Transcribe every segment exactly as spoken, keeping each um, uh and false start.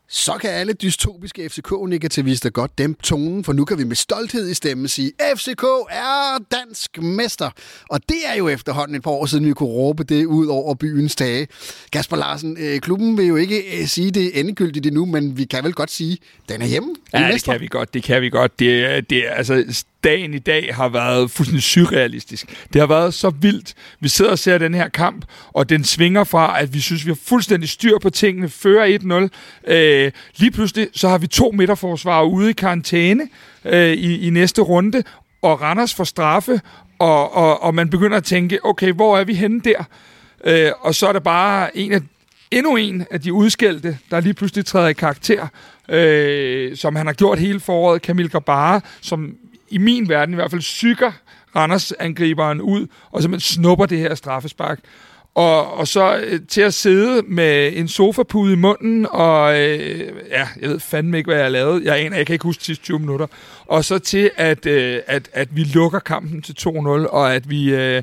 Så kan alle dystopiske F C K-negativister godt dæmpe tonen, for nu kan vi med stolthed i stemmen sige, F C K er dansk mester. Og det er jo efterhånden et par år siden, vi kunne råbe det ud over byens tage. Kasper Larsen, øh, klubben vil jo ikke øh, sige det endegyldigt endnu, men vi kan vel godt sige, den er hjemme. Ja, det kan vi godt. Det kan vi godt. Det, det, altså, dagen i dag har været fuldstændig surrealistisk. Det har været så vildt. Vi sidder og ser den her kamp, og den svinger fra, at vi synes, vi har fuldstændig styr på tingene, fører et nul. Øh, lige pludselig, så har vi to midterforsvarer ude i karantæne øh, i, i næste runde, og Randers får straffe, og, og, og man begynder at tænke, okay, hvor er vi henne der? Øh, og så er der bare en af, endnu en af de udskældte, der lige pludselig træder i karakter, øh, som han har gjort hele foråret, Kamil Grabara, som i min verden i hvert fald psyker Randers-angriberen ud, og simpelthen snupper det her straffespark. Og, og så øh, til at sidde med en sofapude i munden, og øh, ja, jeg ved fandme ikke, hvad jeg har lavet. Jeg aner, jeg kan ikke huske de sidste tyve minutter. Og så til, at, øh, at, at vi lukker kampen til to nul, og at vi, øh,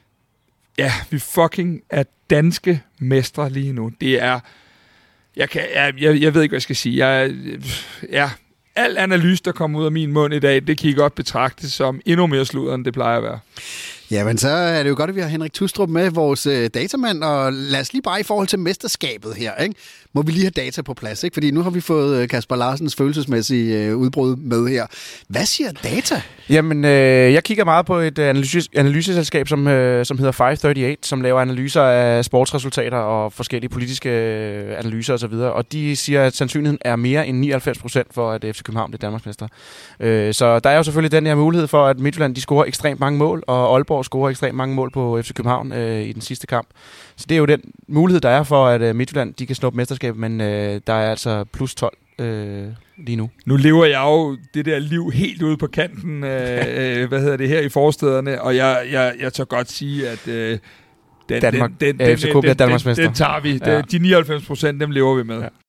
ja, vi fucking er danske mestre lige nu. Det er, jeg, kan, jeg, jeg, jeg ved ikke, hvad jeg skal sige. Jeg, ja, al analyse, der kommer ud af min mund i dag, det kan I godt betragte som endnu mere sludder, end det plejer at være. Ja, men så er det jo godt, at vi har Henrik Tustrup med, vores øh, datamand, og lad os lige bare i forhold til mesterskabet her, ikke? Må vi lige have data på plads, ikke? Fordi nu har vi fået øh, Kasper Larsens følelsesmæssige øh, udbrud med her. Hvad siger data? Jamen, øh, jeg kigger meget på et analyse, analyseselskab, som, øh, som hedder fem otteogtredive, som laver analyser af sportsresultater og forskellige politiske øh, analyser osv., og, og de siger, at sandsynligheden er mere end nioghalvfems procent for, at F C København bliver Danmarksmester. Øh, så der er jo selvfølgelig den her mulighed for, at Midtjylland de scorer ekstremt mange mål, og Aalborg scorer ekstremt mange mål på F C København øh, i den sidste kamp. Så det er jo den mulighed, der er for, at øh, Midtjylland de kan snuppe mesterskabet, men øh, der er altså plus tolv øh, lige nu. Nu lever jeg jo det der liv helt ude på kanten, øh, hvad hedder det, her i forstederne, og jeg, jeg, jeg tør godt sige, at øh, den, Danmark, den, den, ja, F C K bliver Danmarksmester. Den, den tager vi. Ja. De nioghalvfems procent, dem lever vi med. Ja.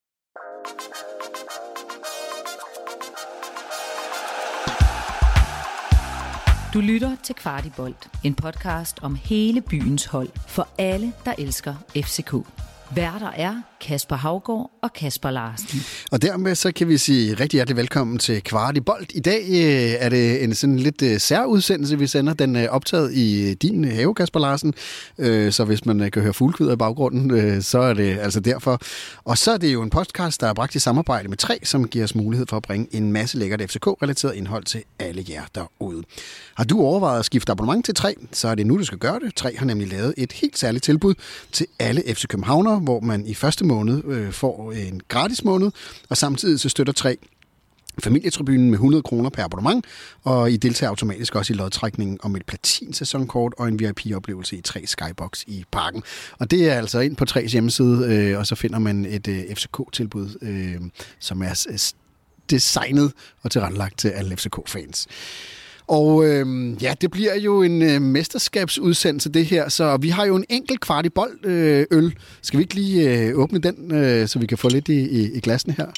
Du lytter til Kvartibolt, en podcast om hele byens hold for alle, der elsker F C K. Værter er Kasper Haugaard og Kasper Larsen. Og dermed så kan vi sige rigtig hjertelig velkommen til Kvartibolt. I dag øh, er det en sådan lidt øh, særudsendelse, vi sender. Den øh, optaget i din have, Kasper Larsen. Øh, så hvis man øh, kan høre fuglekvider i baggrunden, øh, så er det altså derfor. Og så er det jo en podcast, der er bragt i samarbejde med Tre, som giver os mulighed for at bringe en masse lækkert F C K-relateret indhold til alle jer derude. Har du overvejet at skifte abonnement til Tre, så er det nu, du skal gøre det. Tre har nemlig lavet et helt særligt tilbud til alle F C Københavnere, hvor man i første måned øh, får en gratis måned, og samtidig så støtter Tre familietribunen med hundrede kroner per abonnement, og I deltager automatisk også i lodtrækningen om et platin-sæsonkort og en V I P-oplevelse i Tre Skybox i parken. Og det er altså ind på Tres hjemmeside, øh, og så finder man et øh, F C K-tilbud, øh, som er øh, designet og tilrettelagt til alle F C K-fans. Og øh, ja, det bliver jo en øh, mesterskabsudsendelse, det her, så vi har jo en enkelt Kvartibolt øh, øl. Skal vi ikke lige øh, åbne den, øh, så vi kan få lidt i, i, i glassene her?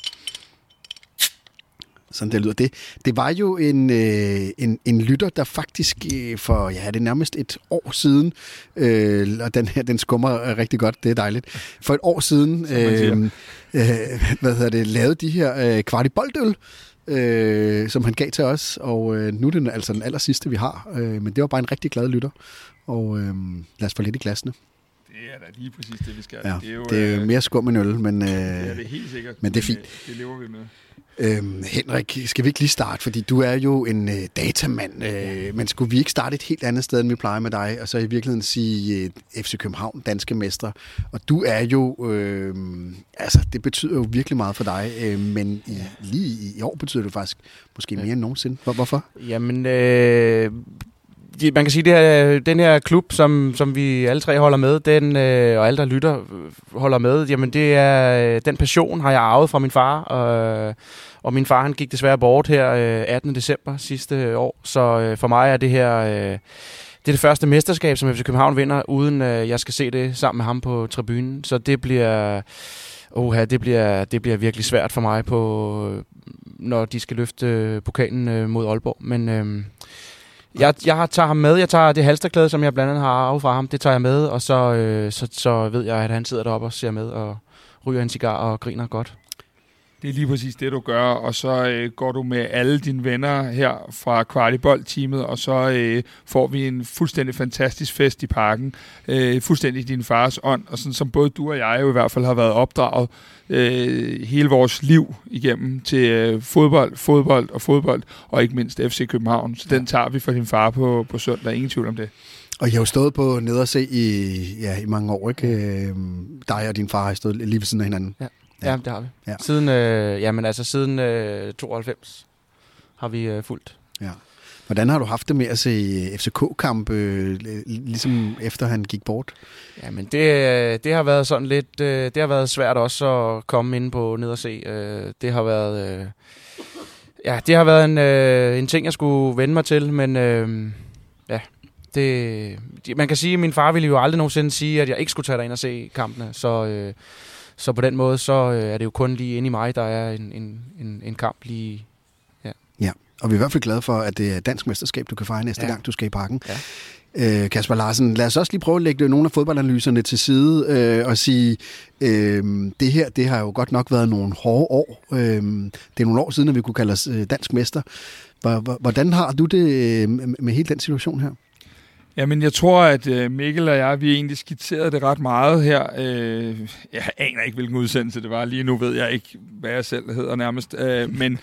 Sådan det lyder det. Det var jo en, øh, en, en lytter, der faktisk øh, for, ja, det er nærmest et år siden, øh, og den her, den skummer rigtig godt, det er dejligt. For et år siden, øh, øh, hvad hedder det, lavede de her øh, Kvartiboltøl, Øh, som han gav til os, og øh, nu er det altså den aller sidste, vi har. Øh, men det var bare en rigtig glad lytter, og øh, lad os få lidt i glassene. Det er da lige præcis det, vi skal. Ja, det er jo det er øh, mere skum end øl, men, øh, det er det helt sikkert, men det er fint. Det, det lever vi med. Øhm, Henrik, skal vi ikke lige starte, fordi du er jo en øh, datamand, øh, men skulle vi ikke starte et helt andet sted, end vi plejer med dig, og så i virkeligheden sige øh, F C København, danske mestre, og du er jo, øh, altså det betyder jo virkelig meget for dig, øh, men i, lige i år betyder det faktisk måske mere end nogensinde. Hvor, hvorfor? Jamen, øh, man kan sige, at den her klub, som, som vi alle tre holder med, den, øh, og alle, der lytter, holder med, jamen det er, den passion har jeg arvet fra min far, og, og min far han gik desværre bort her øh, attende december sidste år, så øh, for mig er det her, øh, det er det første mesterskab, som F C København vinder, uden øh, jeg skal se det sammen med ham på tribunen, så det bliver, oha, det bliver, det bliver virkelig svært for mig, på, når de skal løfte pokalen øh, mod Aalborg, men øh, Jeg, jeg tager ham med. Jeg tager det halsterklæde, som jeg blandt andet har arvet fra ham. Det tager jeg med, og så, øh, så, så ved jeg, at han sidder deroppe og ser med og ryger en cigar og griner godt. Det er lige præcis det, du gør, og så øh, går du med alle dine venner her fra Kvartibold-teamet, og så øh, får vi en fuldstændig fantastisk fest i parken, øh, fuldstændig i din fars ånd, og sådan som både du og jeg jo i hvert fald har været opdraget øh, hele vores liv igennem til øh, fodbold, fodbold og fodbold, og ikke mindst F C København. Så den tager vi for din far på, på søndag, ingen tvivl om det. Og jeg har jo stået på nederse i, ja, i mange år, ikke? Øh, dig og din far har stået lige ved siden af hinanden. Ja. Ja, det har vi. Ja. Siden, øh, jamen, altså, siden øh, tooghalvfems har vi øh, fulgt. Ja. Hvordan har du haft det med at se F C K-kamp, øh, ligesom efter han gik bort? Jamen, det, det har været sådan lidt, øh, det har været svært også at komme ind på ned og se. Øh, det har været, øh, ja, det har været en, øh, en ting, jeg skulle vende mig til, men øh, ja, det, man kan sige, at min far ville jo aldrig nogensinde sige, at jeg ikke skulle tage derind og se kampene, så... Øh, Så på den måde, så er det jo kun lige inde i mig, der er en, en, en, en kamp lige... Ja. Ja, og vi er i hvert fald glade for, at det er dansk mesterskab, du kan fejre næste ja. gang, du skal i parken. Ja. Øh, Kasper Larsen, lad os også lige prøve at lægge nogle af fodboldanalyserne til side øh, og sige, øh, det her, det har jo godt nok været nogle hårde år. Øh, det er nogle år siden, at vi kunne kalde os øh, dansk mester. Hvordan har du det med hele den situation her? Jamen, jeg tror, at Mikkel og jeg, vi egentlig skitserede det ret meget her. Jeg aner ikke, hvilken udsendelse det var. Lige nu ved jeg ikke, hvad jeg selv hedder nærmest. Men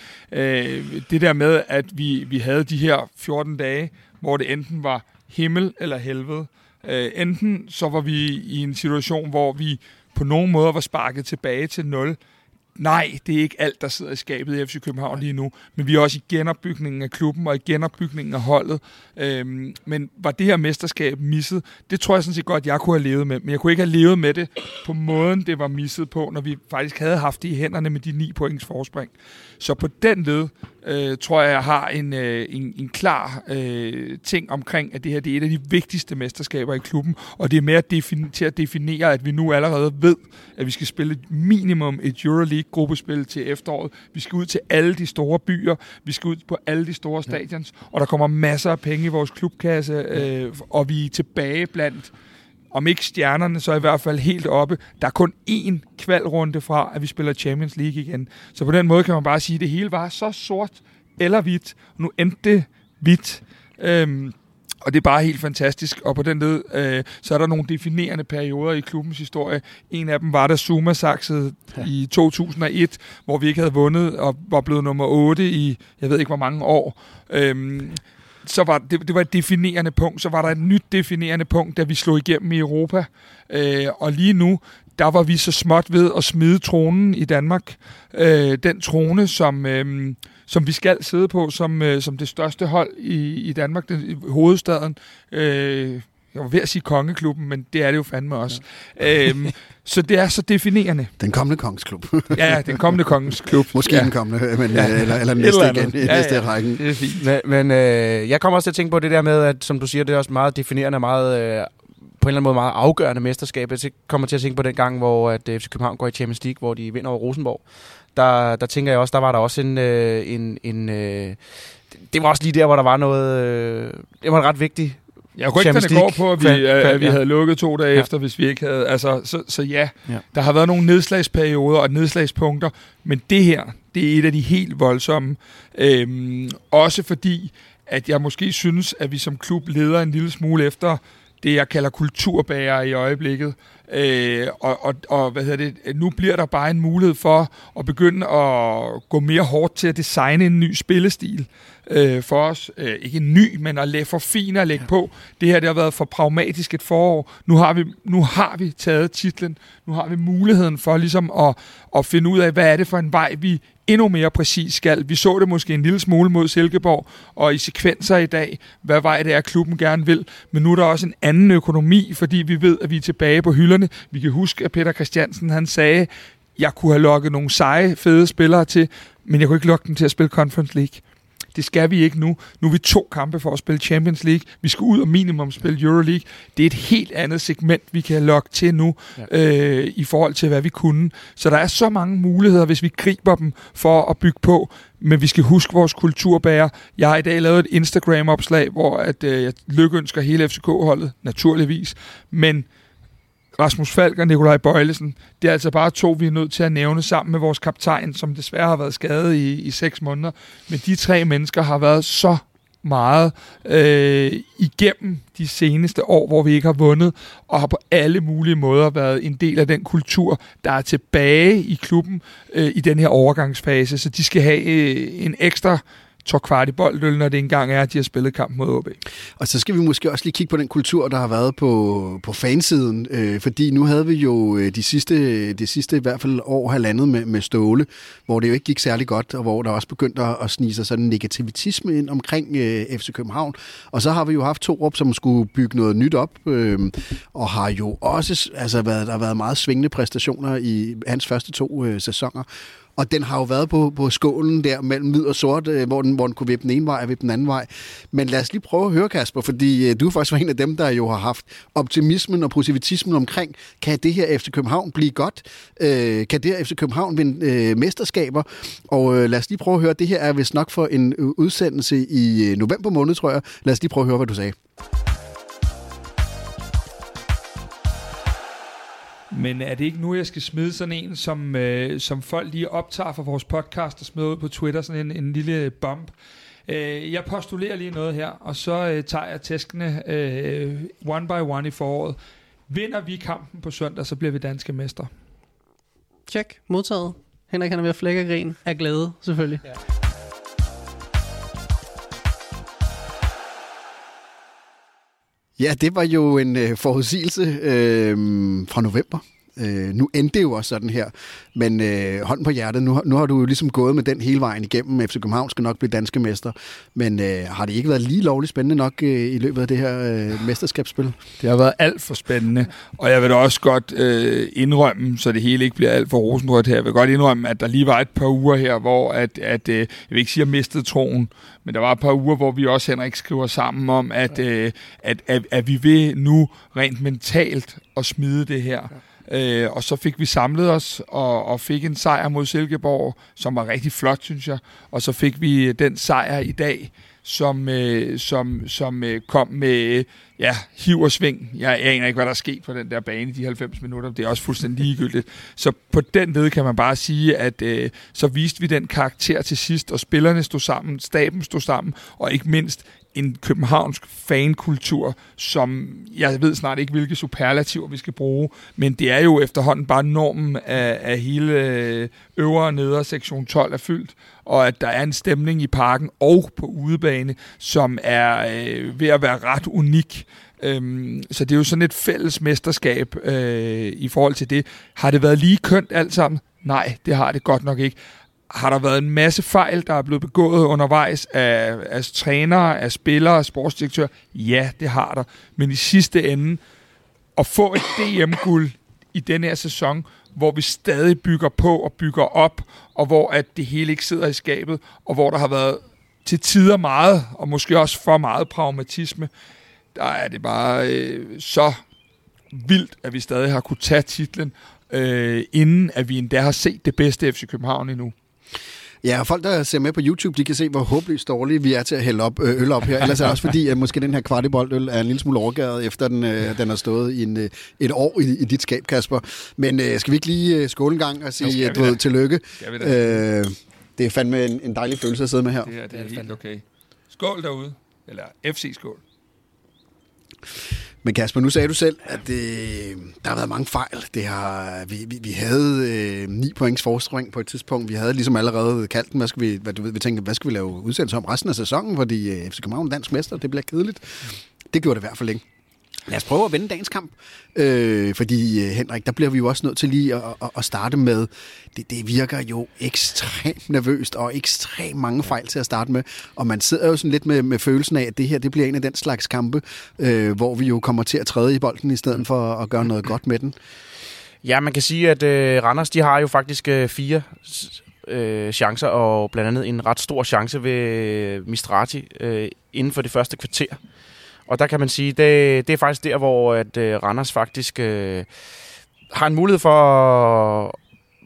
det der med, at vi, vi havde de her fjorten dage, hvor det enten var himmel eller helvede. Enten så var vi i en situation, hvor vi på nogen måde var sparket tilbage til nul. Nej, det er ikke alt, der sidder i skabet i F C København lige nu, men vi er også i genopbygningen af klubben og i genopbygningen af holdet. Øhm, men var det her mesterskab misset? Det tror jeg sådan set godt, jeg kunne have levet med, men jeg kunne ikke have levet med det på måden, det var misset på, når vi faktisk havde haft det i hænderne med de ni points forspring. Så på den led øh, tror jeg, jeg har en, øh, en, en klar øh, ting omkring, at det her det er et af de vigtigste mesterskaber i klubben, og det er mere defin- til at definere, at vi nu allerede ved, at vi skal spille minimum et Euroleague-gruppespil til efteråret. Vi skal ud til alle de store byer, vi skal ud på alle de store stadions, og der kommer masser af penge i vores klubkasse, øh, og vi er tilbage blandt, om ikke stjernerne, så i hvert fald helt oppe. Der er kun én kvalrunde fra, at vi spiller Champions League igen. Så på den måde kan man bare sige, at det hele var så sort eller hvidt. Nu endte det hvidt. Øhm, og det er bare helt fantastisk. Og på den led, øh, så er der nogle definerende perioder i klubbens historie. En af dem var, da Zuma saksede ja. i to tusind og et, hvor vi ikke havde vundet og var blevet nummer otte i, jeg ved ikke hvor mange år. Øhm, så var det, det var et definerende punkt. Så var der et nyt definerende punkt, da vi slog igennem i Europa. Øh, og lige nu, der var vi så småt ved at smide tronen i Danmark. Øh, den trone, som, øh, som vi skal sidde på som, øh, som det største hold i, i Danmark, den, i hovedstaden. Øh, jeg var ved at sige kongeklubben, men det er det jo fandme også. Ja. Øhm, så det er så definerende. Den kommende kongesklub. Ja, den kommende kongesklub. Måske ja. den kommende, men, ja. eller, eller næste eller igen, i ja, næste ja. rækken. Det er fint. Men, men øh, jeg kommer også til at tænke på det der med, at som du siger, det er også meget definerende, meget, øh, på en eller anden måde meget afgørende mesterskab. Jeg kommer til at tænke på den gang, hvor at F C København går i Champions League, hvor de vinder over Rosenborg. Der, der tænker jeg også, der var der også en... Øh, en, en øh, det var også lige der, hvor der var noget... Øh, det var ret vigtigt. Jeg kunne ikke finde går på, at vi, fan, fan, at vi ja. havde lukket to dage ja. efter, hvis vi ikke havde... Altså, så, så ja, ja, der har været nogle nedslagsperioder og nedslagspunkter, men det her, det er et af de helt voldsomme. Øhm, også fordi, at jeg måske synes, at vi som klub leder en lille smule efter det, jeg kalder kulturbærer i øjeblikket. Øh, og, og, og hvad hedder det? Nu bliver der bare en mulighed for at begynde at gå mere hårdt til at designe en ny spillestil øh, for os. Øh, ikke en ny, men at lægge for fine at lægge ja. på. Det her det har været for pragmatisk et forår. Nu har vi, nu har vi taget titlen. Nu har vi muligheden for ligesom at, at finde ud af, hvad er det for en vej, vi endnu mere præcis skal. Vi så det måske en lille smule mod Silkeborg, og i sekvenser i dag, hvad vej det er, klubben gerne vil. Men nu er der også en anden økonomi, fordi vi ved, at vi er tilbage på hylderne. Vi kan huske, at Peter Christiansen, han sagde, jeg kunne have lokket nogle seje, fede spillere til, men jeg kunne ikke lokke dem til at spille Conference League. Det skal vi ikke nu. Nu er vi to kampe for at spille Champions League. Vi skal ud og minimum spille Euroleague. Det er et helt andet segment, vi kan lokke til nu, ja. øh, i forhold til, hvad vi kunne. Så der er så mange muligheder, hvis vi griber dem for at bygge på. Men vi skal huske vores kulturbærer. Jeg har i dag lavet et Instagram-opslag, hvor at, øh, jeg lykønsker hele F C K-holdet, naturligvis. Men Rasmus Falk og Nikolaj Bøjlesen, det er altså bare to, vi er nødt til at nævne sammen med vores kaptajn, som desværre har været skadet i, i seks måneder. Men de tre mennesker har været så meget øh, igennem de seneste år, hvor vi ikke har vundet, og har på alle mulige måder været en del af den kultur, der er tilbage i klubben øh, i den her overgangsfase. Så de skal have øh, en ekstra tår kvart i boldøl, når det engang er, at de har spillet kamp mod O B. Og så skal vi måske også lige kigge på den kultur, der har været på, på fansiden, øh, fordi nu havde vi jo de sidste, de sidste i hvert fald år halvandet med, med Ståle, hvor det jo ikke gik særlig godt, og hvor der også begyndte at, at snige sig sådan en negativitisme ind omkring øh, F C København. Og så har vi jo haft Torup, som skulle bygge noget nyt op, øh, og har jo også altså, været, der har været meget svingende præstationer i hans første to øh, sæsoner. Og den har jo været på, på skålen der mellem hvid og sort, øh, hvor, den, hvor den kunne vippe den ene vej og vippe den anden vej. Men lad os lige prøve at høre, Kasper, fordi øh, du er faktisk en af dem, der jo har haft optimismen og positivismen omkring, kan det her F C København blive godt? Øh, kan det her F C København vinde øh, mesterskaber? Og øh, lad os lige prøve at høre, det her er vist nok for en udsendelse i november måned, tror jeg. Lad os lige prøve at høre, hvad du sagde. Men er det ikke nu, jeg skal smide sådan en, som, øh, som folk lige optager fra vores podcast og smider ud på Twitter, sådan en, en lille bump? Øh, jeg postulerer lige noget her, og så øh, tager jeg tæskene øh, one by one i foråret. Vinder vi kampen på søndag, så bliver vi danske mestre. Tjek, modtaget. Henrik han er ved at flække grin af glæde, selvfølgelig. Ja. Ja, det var jo en øh, forudsigelse øh, fra november. Øh, nu endte det jo også sådan her, men øh, hånd på hjertet, nu, nu har du jo ligesom gået med den hele vejen igennem. F C København skal nok blive danske mester, men øh, har det ikke været lige lovligt spændende nok øh, i løbet af det her øh, mesterskabsspil? Det har været alt for spændende, og jeg vil da også godt øh, indrømme, så det hele ikke bliver alt for rosenrødt her, jeg vil godt indrømme, at der lige var et par uger her, hvor at, at øh, jeg vil ikke sige, at jeg mistede troen, men der var et par uger, hvor vi også, Henrik, skriver sammen om, at, øh, at, at, at vi vil nu rent mentalt at smide det her. Øh, og så fik vi samlet os og, og fik en sejr mod Silkeborg, som var rigtig flot, synes jeg. Og så fik vi den sejr i dag, som, øh, som, som øh, kom med ja, hiv og sving. Jeg aner ikke, hvad der er sket på den der bane i de halvfems minutter. Det er også fuldstændig ligegyldigt. Så på den led kan man bare sige, at øh, så viste vi den karakter til sidst, og spillerne stod sammen, staben stod sammen, og ikke mindst en københavnsk fankultur, som jeg ved snart ikke, hvilke superlativer vi skal bruge, men det er jo efterhånden bare normen af, af hele øvre og nedre sektion tolv er fyldt, og at der er en stemning i parken og på udebane, som er øh, ved at være ret unik. Øhm, så det er jo sådan et fælles mesterskab øh, i forhold til det. Har det været lige kønt alt sammen? Nej, det har det godt nok ikke. Har der været en masse fejl, der er blevet begået undervejs af, af trænere, af spillere, af sportsdirektører? Ja, det har der. Men i sidste ende, at få et D M-guld i denne her sæson, hvor vi stadig bygger på og bygger op, og hvor at det hele ikke sidder i skabet, og hvor der har været til tider meget, og måske også for meget pragmatisme, der er det bare øh, så vildt, at vi stadig har kunne tage titlen, øh, inden at vi endda har set det bedste F C København endnu. Ja, og folk, der ser med på YouTube, de kan se, hvor håbløst dårlige vi er til at hælde op, øh, øl op her. Ellers er det også fordi, at måske den her kvartiboldøl er en lille smule overgæret, efter den, øh, den har stået i en, øh, et år i, i dit skab, Kasper. Men øh, skal vi ikke lige øh, skåle en gang og sige du ved, tillykke? Øh, det er fandme en, en dejlig følelse at sidde med her. Det, her, det er, det er helt okay. Skål derude. Eller F C-skål. Men Kasper, nu sagde du selv, at det, der har været mange fejl. Det har, vi, vi, vi havde øh, ni points forspring på et tidspunkt. Vi havde ligesom allerede kaldt den, hvad skal vi, hvad, du ved, vi tænkte, hvad skal vi lave udsendelse om resten af sæsonen, fordi øh, F C København er dansk mester, det bliver kedeligt. Det gjorde det i hvert fald ikke. Lad os prøve at vinde dagens kamp, øh, fordi øh, Henrik, der bliver vi jo også nødt til lige at, at, at starte med, det, det virker jo ekstremt nervøst og ekstremt mange fejl til at starte med, og man sidder jo sådan lidt med, med følelsen af, at det her det bliver en af den slags kampe, øh, hvor vi jo kommer til at træde i bolden i stedet for at gøre noget godt med den. Ja, man kan sige, at øh, Randers, de har jo faktisk øh, fire øh, chancer, og blandt andet en ret stor chance ved Mistrati øh, inden for det første kvarter. Og der kan man sige, det, det er faktisk der, hvor at, uh, Randers faktisk uh, har en mulighed for at,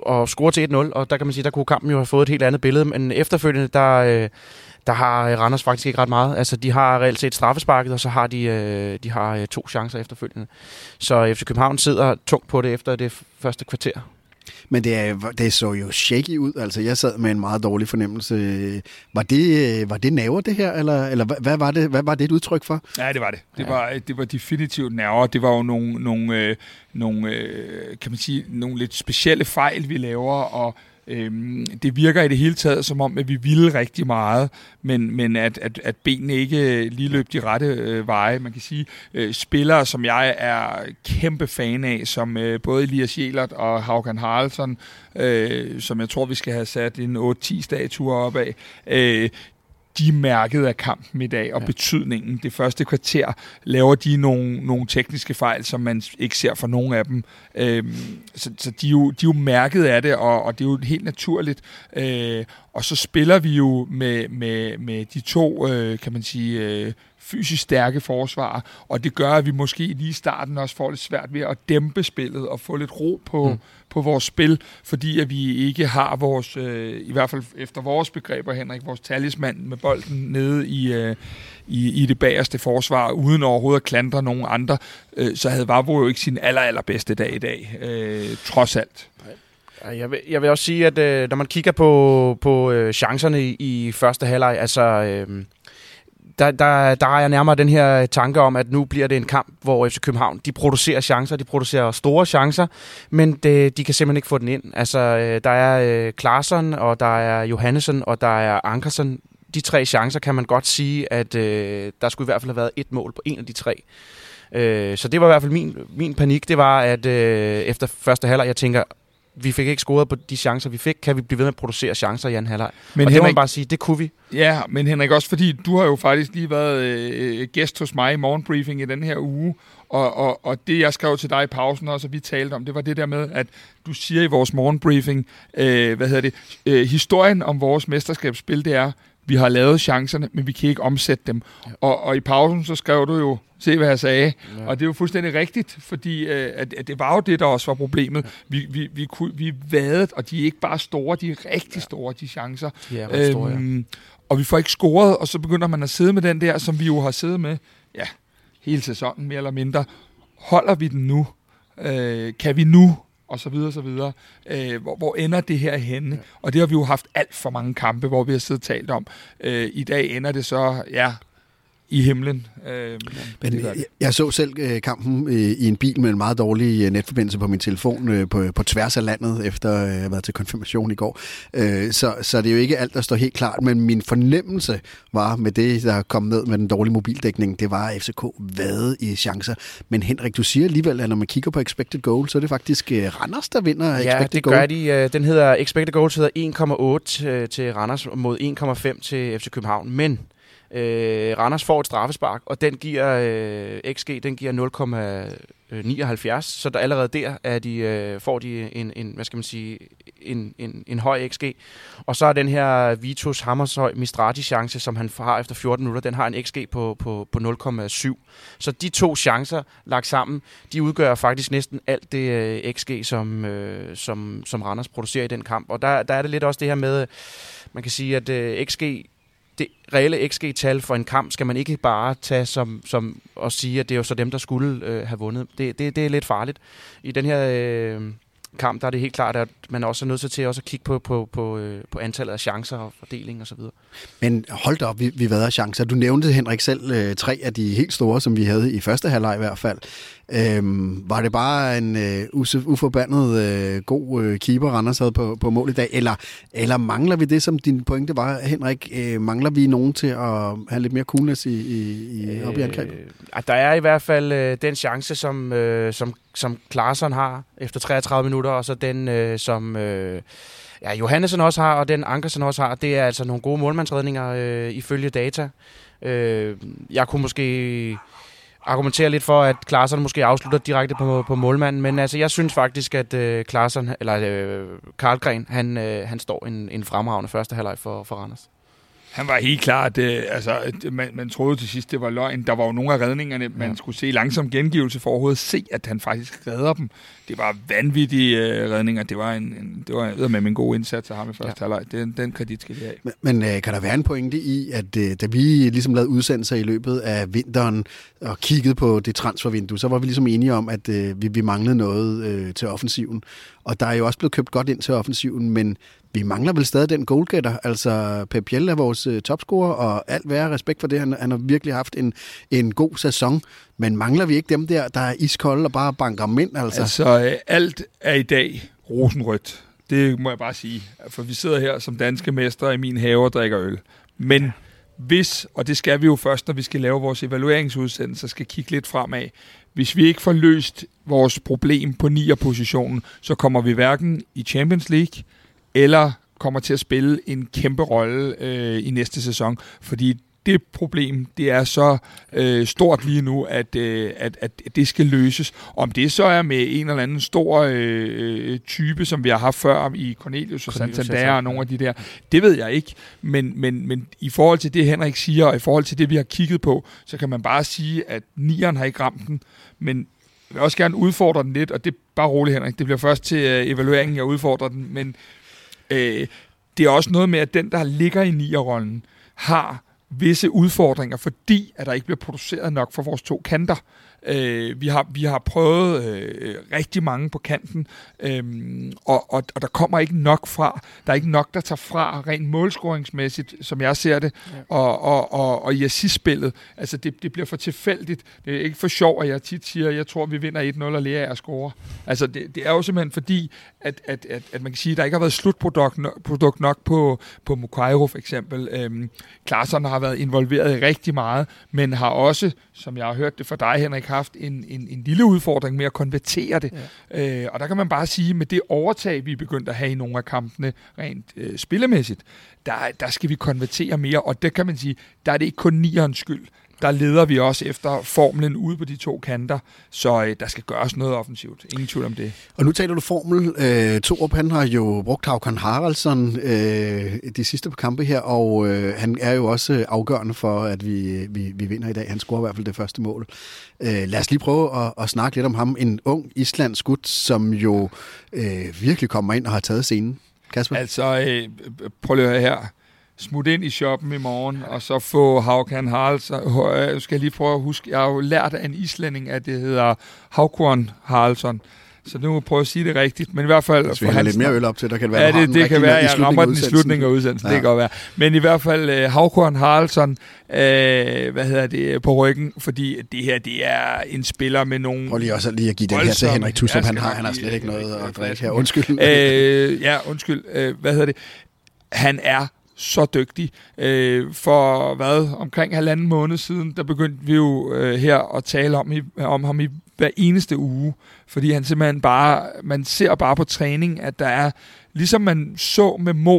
og score til et nul, og der kan man sige, der kunne kampen jo have fået et helt andet billede, men efterfølgende, der, øh, der har Randers faktisk ikke ret meget. Altså, de har reelt set straffesparket, og så har de, øh, de har øh, to chancer efterfølgende. Så F C København sidder tungt på det efter det første kvarter. Men det, er, det så jo shaky ud. Altså, jeg sad med en meget dårlig fornemmelse. Var det, var det nerver, det her? Eller, eller hvad, hvad, var det, hvad var det et udtryk for? Ja, det var det. Det, ja. var, det var definitivt nerver. Det var jo nogle, nogle, øh, nogle øh, kan man sige, nogle lidt specielle fejl, vi laver, og Øhm, det virker i det hele taget som om, at vi ville rigtig meget, men, men at, at, at benene ikke lige løb de rette øh, veje. Man kan sige, øh, spillere, som jeg er kæmpe fan af, som øh, både Elias Jelert og Haukan Haraldsson, øh, som jeg tror, vi skal have sat en otte ti statuer op af, øh, de er mærket af kampen i dag, og ja. betydningen. Det første kvarter laver de nogle, nogle tekniske fejl, som man ikke ser for nogen af dem. Øhm, så så de, er jo, de er jo mærket af det, og, og det er jo helt naturligt. Øh, og så spiller vi jo med, med, med de to, øh, kan man sige, øh, fysisk stærke forsvar, og det gør, at vi måske lige i starten også får lidt svært ved at dæmpe spillet og få lidt ro på, mm. på vores spil, fordi at vi ikke har vores, øh, i hvert fald efter vores begreber, Henrik, vores talismand med bolden nede i, øh, i, i det bagerste forsvar, uden overhovedet at klandre nogen andre, øh, så havde Vavro jo ikke sin aller, allerbedste dag i dag, øh, trods alt. Jeg vil, jeg vil også sige, at øh, når man kigger på, på øh, chancerne i, i første halvleg, altså øh, der, der, der har jeg nærmere den her tanke om, at nu bliver det en kamp, hvor F C København, de producerer chancer, de producerer store chancer, men det, de kan simpelthen ikke få den ind. Altså, øh, der er øh, Klarsson, og der er Johannesson, og der er Ankersen. De tre chancer kan man godt sige, at øh, der skulle i hvert fald have været et mål på en af de tre. Øh, så det var i hvert fald min, min panik, det var, at øh, efter første halvleg, jeg tænker, vi fik ikke scoret på de chancer, vi fik. Kan vi blive ved med at producere chancer i anden halvleg? Men og Henrik, det må man bare sige, det kunne vi. Ja, men Henrik, også fordi du har jo faktisk lige været øh, gæst hos mig i morgenbriefing i den her uge, og, og, og det, jeg skrev til dig i pausen også, og vi talte om, det var det der med, at du siger i vores morgenbriefing, øh, hvad hedder det, øh, historien om vores mesterskabsspil, det er, vi har lavet chancerne, men vi kan ikke omsætte dem. Ja. Og, og i pausen, så skrev du jo, se hvad jeg sagde, ja. Og det er jo fuldstændig rigtigt, fordi øh, at, at det var jo det, der også var problemet. Ja. Vi, vi, vi, kunne, vi vadede, og de er ikke bare store, de er rigtig ja. store, de chancer. De er ret store, øhm, ja. Og vi får ikke scoret, og så begynder man at sidde med den der, som vi jo har siddet med, ja, hele sæsonen mere eller mindre. Holder vi den nu? Øh, kan vi nu? Og så videre, så videre. Øh, hvor, hvor ender det her henne? Ja. Og det har vi jo haft alt for mange kampe, hvor vi har siddet og talt om. Øh, I dag ender det så, ja, i himlen. Øh, men det jeg, jeg så selv øh, kampen øh, i en bil med en meget dårlig øh, netforbindelse på min telefon øh, på, på tværs af landet, efter øh, jeg har været til konfirmation i går. Øh, så, så det er jo ikke alt, der står helt klart, men min fornemmelse var med det, der kom ned med den dårlige mobildækning, det var F C K vade i chancer. Men Henrik, du siger alligevel, at når man kigger på expected goal, så er det faktisk øh, Randers, der vinder ja, expected det goal. gør de. Den hedder expected goals hedder en komma otte til Randers mod en komma fem til F C København, men Øh, Randers får et straffespark, og den giver øh, X G, den giver nul komma nioghalvfjerds, så der allerede der er de, øh, får de en, en, hvad skal man sige, en, en, en høj X G. Og så er den her Vitus Hammershøj Mistrati chance, som han har efter fjorten minutter, den har en X G på, på, på nul komma syv. Så de to chancer lagt sammen, de udgør faktisk næsten alt det øh, X G, som, øh, som, som Randers producerer i den kamp. Og der, der er det lidt også det her med, man kan sige, at øh, X G, det reelle X G-tal for en kamp skal man ikke bare tage som, som at sige, at det er jo så dem, der skulle øh, have vundet. Det, det, det er lidt farligt. I den her øh, kamp, der er det helt klart, at man også er nødt til også at kigge på, på, på, øh, på antallet af chancer og fordeling og så videre. Men hold da op, vi, vi vader chancer. Du nævnte, Henrik, selv øh, tre af de helt store, som vi havde i første halvleg i hvert fald. Øhm, var det bare en øh, uforbandet øh, god øh, keeper, Randers havde på, på mål i dag? Eller, eller mangler vi det, som din pointe var, Henrik? Øh, mangler vi nogen til at have lidt mere coolness i, i, i, op i angrebet? Øh, der er i hvert fald øh, den chance, som, øh, som, som Klarsson har efter treogtredive minutter, og så den, øh, som øh, ja, Johannesson også har, og den Ankersen også har. Det er altså nogle gode målmandsredninger øh, ifølge data. Øh, jeg kunne måske argumentere lidt for, at Klarsson måske afslutter direkte på, på målmanden, men altså, jeg synes faktisk, at øh, Klarsson, eller øh, Karlgren, han, øh, han står en, en fremragende første halvleg for, for Randers. Han var helt klart, øh, altså, man, man troede til sidst, det var løgn. Der var jo nogle af redningerne, man ja. skulle se langsom gengivelse for overhovedet se, at han faktisk redder dem. Det var vanvittige øh, redninger. Det var en, en, det var med en god indsats af ham i første ja. halvleg. Den, den kredit skal de have. Men, men øh, kan der være en pointe i, at øh, da vi ligesom lavede udsendelser i løbet af vinteren og kiggede på det transfervindue, så var vi ligesom enige om, at øh, vi, vi manglede noget øh, til offensiven. Og der er jo også blevet købt godt ind til offensiven, men vi mangler vel stadig den goalgetter. Altså, Pep Biel er vores øh, topscorer, og alt være respekt for det. Han, han har virkelig haft en, en god sæson. Men mangler vi ikke dem der, der er iskolde og bare banker dem ind? Altså, altså øh, alt er i dag rosenrødt. Det må jeg bare sige. For vi sidder her som danske mestre i min have og drikker øl. Men hvis, og det skal vi jo først, når vi skal lave vores evalueringsudsendelse, skal kigge lidt fremad. Hvis vi ikke får løst vores problem på nier-positionen, så kommer vi hverken i Champions League eller kommer til at spille en kæmpe rolle øh, i næste sæson, fordi det problem, det er så øh, stort lige nu, at, øh, at, at det skal løses. Om det så er med en eller anden stor øh, type, som vi har haft før i Cornelius og Santander og nogle af de der, det ved jeg ikke. Men, men, men i forhold til det, Henrik siger, og i forhold til det, vi har kigget på, så kan man bare sige, at nieren har ikke ramt den, men jeg vil også gerne udfordre den lidt, og det er bare roligt, Henrik. Det bliver først til øh, evalueringen, jeg udfordrer den, men øh, det er også noget med, at den, der ligger i nierrollen, har visse udfordringer, fordi at der ikke bliver produceret nok for vores to kanter. Øh, vi, har, vi har prøvet øh, rigtig mange på kanten, øh, og, og, og der kommer ikke nok fra. Der er ikke nok, der tager fra rent målscoringsmæssigt, som jeg ser det, ja. og, og, og, og i assistspillet. Altså, det, det bliver for tilfældigt. Det er ikke for sjov, at jeg tit siger, at jeg tror, vi vinder et nul og lærer af at score. Altså, det, det er jo simpelthen fordi, at, at, at, at man kan sige, at der ikke har været slutprodukt nok, produkt nok på, på Mukairo for eksempel. Øhm, Klaarsson har været involveret i rigtig meget, men har også, som jeg har hørt det fra dig, Henrik, haft en, en, en lille udfordring med at konvertere det. Ja. Øh, og der kan man bare sige, med det overtag, vi er begyndt at have i nogle af kampene, rent øh, spillemæssigt, der, der skal vi konvertere mere, og det kan man sige, der er det ikke kun nierens skyld. Der leder vi også efter formlen ude på de to kanter, så øh, der skal gøres noget offensivt. Ingen tvivl om det. Og nu taler du formel. Øh, Torup, han har jo brugt Håkan Haraldsson øh, de sidste par kampe her, og øh, han er jo også afgørende for, at vi, vi, vi vinder i dag. Han scorer i hvert fald det første mål. Øh, lad os lige prøve at, at snakke lidt om ham. En ung islandsk gut, som jo øh, virkelig kommer ind og har taget scenen. Kasper? Altså, øh, prøv lige at høre her. Smut ind i shoppen i morgen, og så få Håkan Haraldsson. Jeg skal lige prøve at huske, jeg har jo lært af en islænding, at det hedder Håkon Haraldsson. Så nu prøver jeg at sige det rigtigt, men i hvert fald... Hvis vi har lidt mere øl op til, der kan det være, ja, det, det kan være, jeg rammer den i slutningen af udsendelsen, ja. Det kan godt være. Men i hvert fald uh, Håkon Haraldsson, uh, hvad hedder det, på ryggen, fordi det her, det er en spiller med nogle... Prøv lige også lige at give den her til Henrik Tustrup, han har, han har slet ikke noget at drikke her. Undskyld. uh, ja, undskyld. Uh, hvad hedder det? Han er så dygtig. Øh, for hvad, omkring halvanden måned siden, der begyndte vi jo øh, her at tale om, i, om ham i hver eneste uge, fordi han simpelthen bare, man ser bare på træning, at der er, ligesom man så med Mo,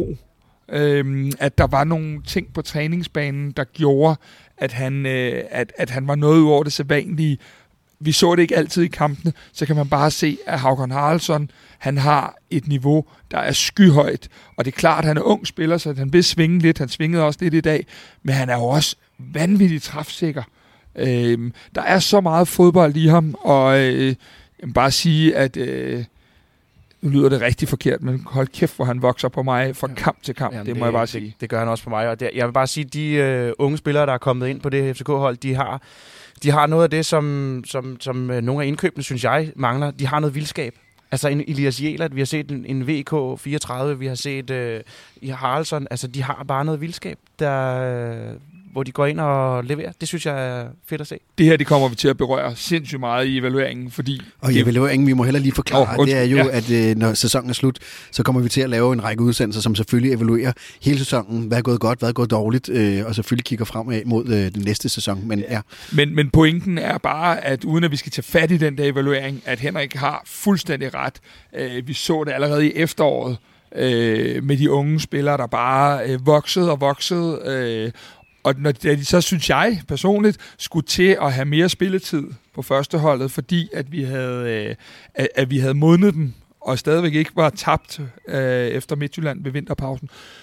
øh, at der var nogle ting på træningsbanen, der gjorde, at han, øh, at, at han var noget ud over det sædvanlige. Vi så det ikke altid i kampene, så kan man bare se, at Håkon Haraldsson, han har et niveau, der er skyhøjt. Og det er klart, at han er ung spiller, så han vil svinge lidt. Han svingede også lidt i dag, men han er jo også vanvittigt træfsikker. Øhm, der er så meget fodbold i ham, og øh, jeg vil bare sige, at øh, nu lyder det rigtig forkert, men hold kæft, hvor han vokser på mig fra kamp til kamp. Jamen, det må det, jeg bare sige. Det, det gør han også på mig, og det, jeg vil bare sige, at de øh, unge spillere, der er kommet ind på det F C K-hold, de har... De har noget af det, som, som, som nogle af indkøbene, synes jeg, mangler. De har noget vildskab. Altså en Elias Jelert, vi har set en, en V K fireogtredive, vi har set øh, i Haraldsson. Altså, de har bare noget vildskab, der, øh, hvor de går ind og leverer. Det synes jeg er fedt at se. Det her, det kommer vi til at berøre sindssygt meget i evalueringen, fordi... Og i evalueringen, vi må heller lige forklare, oh, det er jo, ja. at øh, når sæsonen er slut, så kommer vi til at lave en række udsendelser, som selvfølgelig evaluerer hele sæsonen. Hvad er gået godt, hvad er gået dårligt, øh, og selvfølgelig kigger fremad mod øh, den næste sæson. Men, ja. men, men pointen er bare, at uden at vi skal tage fat i den der evaluering, at Henrik har fuldstændig ret. Øh, vi så det allerede i efteråret øh, med de unge spillere, der bare øh, voksede og voksede, øh, og når de så, synes jeg personligt, skulle til at have mere spilletid på førsteholdet, fordi at vi havde, øh, at, at vi havde modnet dem, og stadigvæk ikke var tabt øh, efter Midtjylland ved vinterpausen,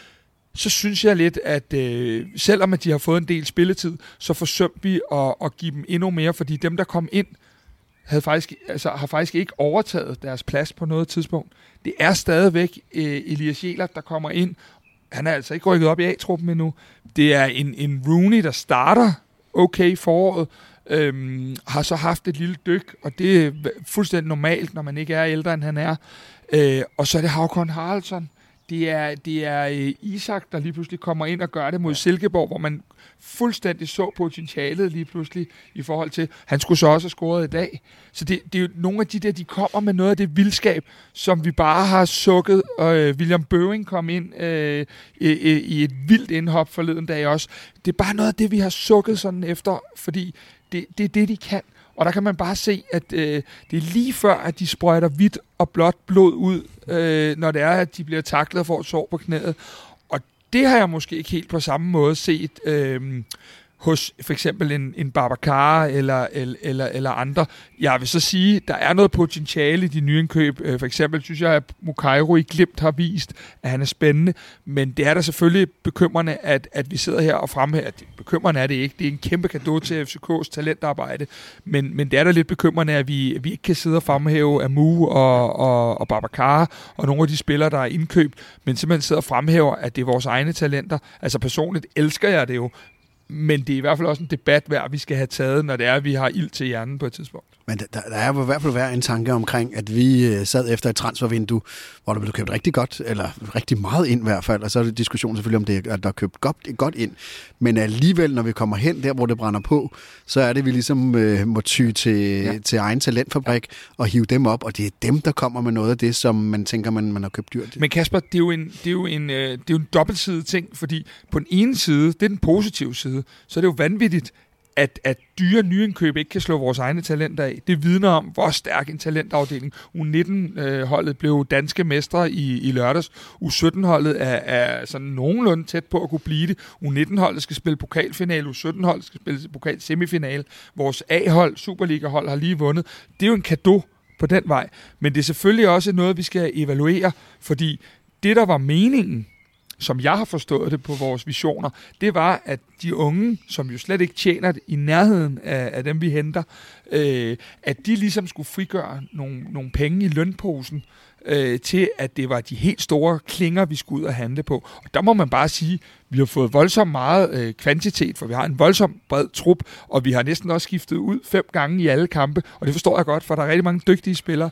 så synes jeg lidt, at øh, selvom at de har fået en del spilletid, så forsømte vi at, at give dem endnu mere, fordi dem, der kom ind, havde faktisk, altså, har faktisk ikke overtaget deres plads på noget tidspunkt. Det er stadigvæk øh, Elias Jelert, der kommer ind. Han er altså ikke rykket op i A-truppen endnu. Det er en, en Rooney, der starter okay foråret, øhm, har så haft et lille dyk, og det er fuldstændig normalt, når man ikke er ældre, end han er. Øh, og så er det Håkon Haraldsson. Det er, det er øh, Isak, der lige pludselig kommer ind og gør det mod Silkeborg, hvor man fuldstændig så potentialet lige pludselig i forhold til, han skulle så også have scoret i dag. Så det, det er jo nogle af de der, de kommer med noget af det vildskab, som vi bare har sukket. Og øh, William Bøving kom ind øh, i, i et vildt indhop forleden dag også. Det er bare noget af det, vi har sukket sådan efter, fordi det, det er det, de kan. Og der kan man bare se, at øh, det er lige før, at de sprøjter hvidt og blåt blod ud, øh, når det er, at de bliver taklet og får et sår på knæet. Og det har jeg måske ikke helt på samme måde set øh, hos for eksempel en, en Babacar eller, eller, eller, eller andre. Jeg vil så sige, at der er noget potentiale i de nye indkøb. Øh, for eksempel synes jeg, at Mukairo i Glimt har vist, at han er spændende. Men det er da selvfølgelig bekymrende, at, at vi sidder her og fremhæver. Bekymrende er det ikke. Det er en kæmpe cadeau til F C K's talentarbejde. Men, men det er da lidt bekymrende, at vi, vi ikke kan sidde og fremhæve Amu og, og, og Babacar og nogle af de spillere, der er indkøbt, men simpelthen sidder og fremhæver, at det er vores egne talenter. Altså personligt elsker jeg det jo. Men det er i hvert fald også en debat værd, vi skal have taget, når det er, at vi har ild til hjernen på et tidspunkt. Men der, der er i hvert fald værd en tanke omkring, at vi sad efter et transfervindue, hvor der blev købt rigtig godt, eller rigtig meget ind i hvert fald, og så er det diskussion selvfølgelig om det, at der er købt godt, godt ind. Men alligevel, når vi kommer hen der, hvor det brænder på, så er det, vi ligesom øh, må ty til, ja. til egen talentfabrik og hive dem op, og det er dem, der kommer med noget af det, som man tænker, man, man har købt dyrt. Men Kasper, det er jo en, det er jo en, det er jo en dobbeltsidig ting, fordi på den ene side, det er den positive side, så er det jo vanvittigt, at, at dyre nyindkøb ikke kan slå vores egne talenter af. Det vidner om, hvor stærk en talentafdeling. U nitten-holdet blev danske mestre i, i lørdags. U sytten-holdet er, er sådan nogenlunde tæt på at kunne blive det. U nitten-holdet skal spille pokalfinale, U sytten-holdet skal spille pokalsemifinale. Vores A-hold, Superliga-hold, har lige vundet. Det er jo en cadeau på den vej. Men det er selvfølgelig også noget, vi skal evaluere, fordi det, der var meningen, som jeg har forstået det på vores visioner, det var, at de unge, som jo slet ikke tjener i nærheden af, af dem, vi henter, øh, at de ligesom skulle frigøre nogle, nogle penge i lønposen, øh, til at det var de helt store klinger, vi skulle ud og handle på. Og der må man bare sige, at vi har fået voldsomt meget øh, kvantitet, for vi har en voldsom bred trup, og vi har næsten også skiftet ud fem gange i alle kampe, og det forstår jeg godt, for der er rigtig mange dygtige spillere.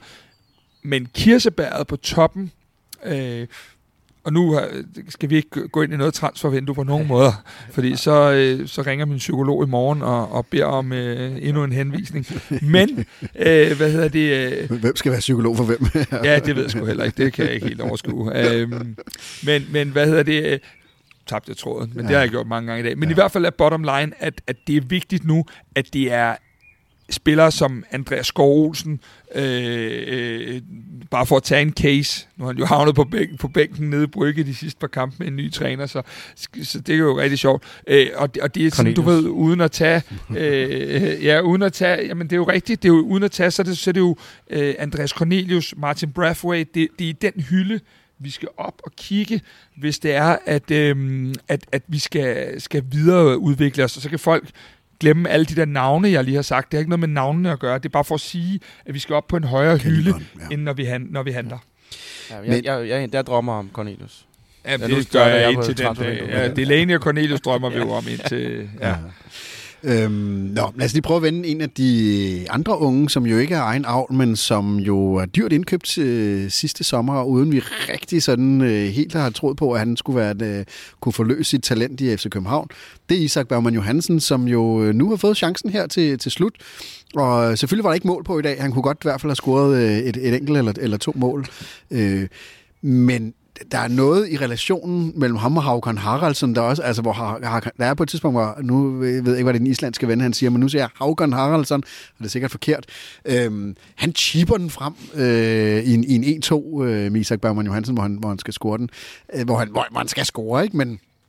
Men kirsebæret på toppen, øh, og nu skal vi ikke gå ind i noget transfervindue på nogen måder, fordi så, øh, så ringer min psykolog i morgen og, og beder om øh, endnu en henvisning. Men, øh, hvad hedder det? Øh, hvem skal være psykolog for hvem? Ja, det ved jeg sgu heller ikke. Det kan jeg ikke helt overskue. Øh, men, men, hvad hedder det? Øh, tabte jeg tråden, men ja. Det har jeg gjort mange gange i dag. Men ja. I hvert fald er bottom line, at, at det er vigtigt nu, at det er spillere som Andreas Skov Olsen, øh, øh, bare for at tage en case. Nu har han jo havnet på bænken, på bænken nede i Brygge de sidste par kampe med en ny træner, så, så det er jo rigtig sjovt. Øh, og, det, og det er sådan, du ved, uden at tage, øh, ja, uden at tage, jamen det er jo rigtigt, det er jo uden at tage, så er det, så er det jo øh, Andreas Cornelius, Martin Brathwaite, det, det er i den hylde, vi skal op og kigge, hvis det er, at, øh, at, at vi skal, skal videreudvikle os, og så kan folk glemme alle de der navne, jeg lige har sagt. Det har ikke noget med navnene at gøre. Det er bare for at sige, at vi skal op på en højere hylde, ja. End når vi, hand, når vi handler. Ja, jeg, jeg, jeg, jeg drømmer om Cornelius. Ja, det, det gør jeg indtil den dag. Ja, Delaney og Cornelius drømmer vi jo om indtil... Ja. Ja. Øhm, nå, lad os lige prøve at vende en af de andre unge, som jo ikke er egen avl, men som jo er dyrt indkøbt øh, sidste sommer, uden vi rigtig sådan øh, helt har troet på, at han skulle være et, øh, kunne forløse sit talent i F C København. Det er Isak Bergman Johansen, som jo nu har fået chancen her til, til slut. Og selvfølgelig var der ikke mål på i dag. Han kunne godt i hvert fald have scoret øh, et, et enkelt eller, eller to mål. Øh, men der er noget i relationen mellem ham og Håkon Haraldsson, der også, altså hvor har, der er på et tidspunkt, hvor, nu ved jeg ikke, hvad det den islandske ven, han siger, men nu siger jeg Håkon Haraldsson, og det er sikkert forkert. Øhm, han chipper den frem øh, i en, i en en to øh, med Isak Bergman Johansen, hvor han, hvor han skal score den, øh, hvor, han, hvor, hvor han skal score, ikke? Men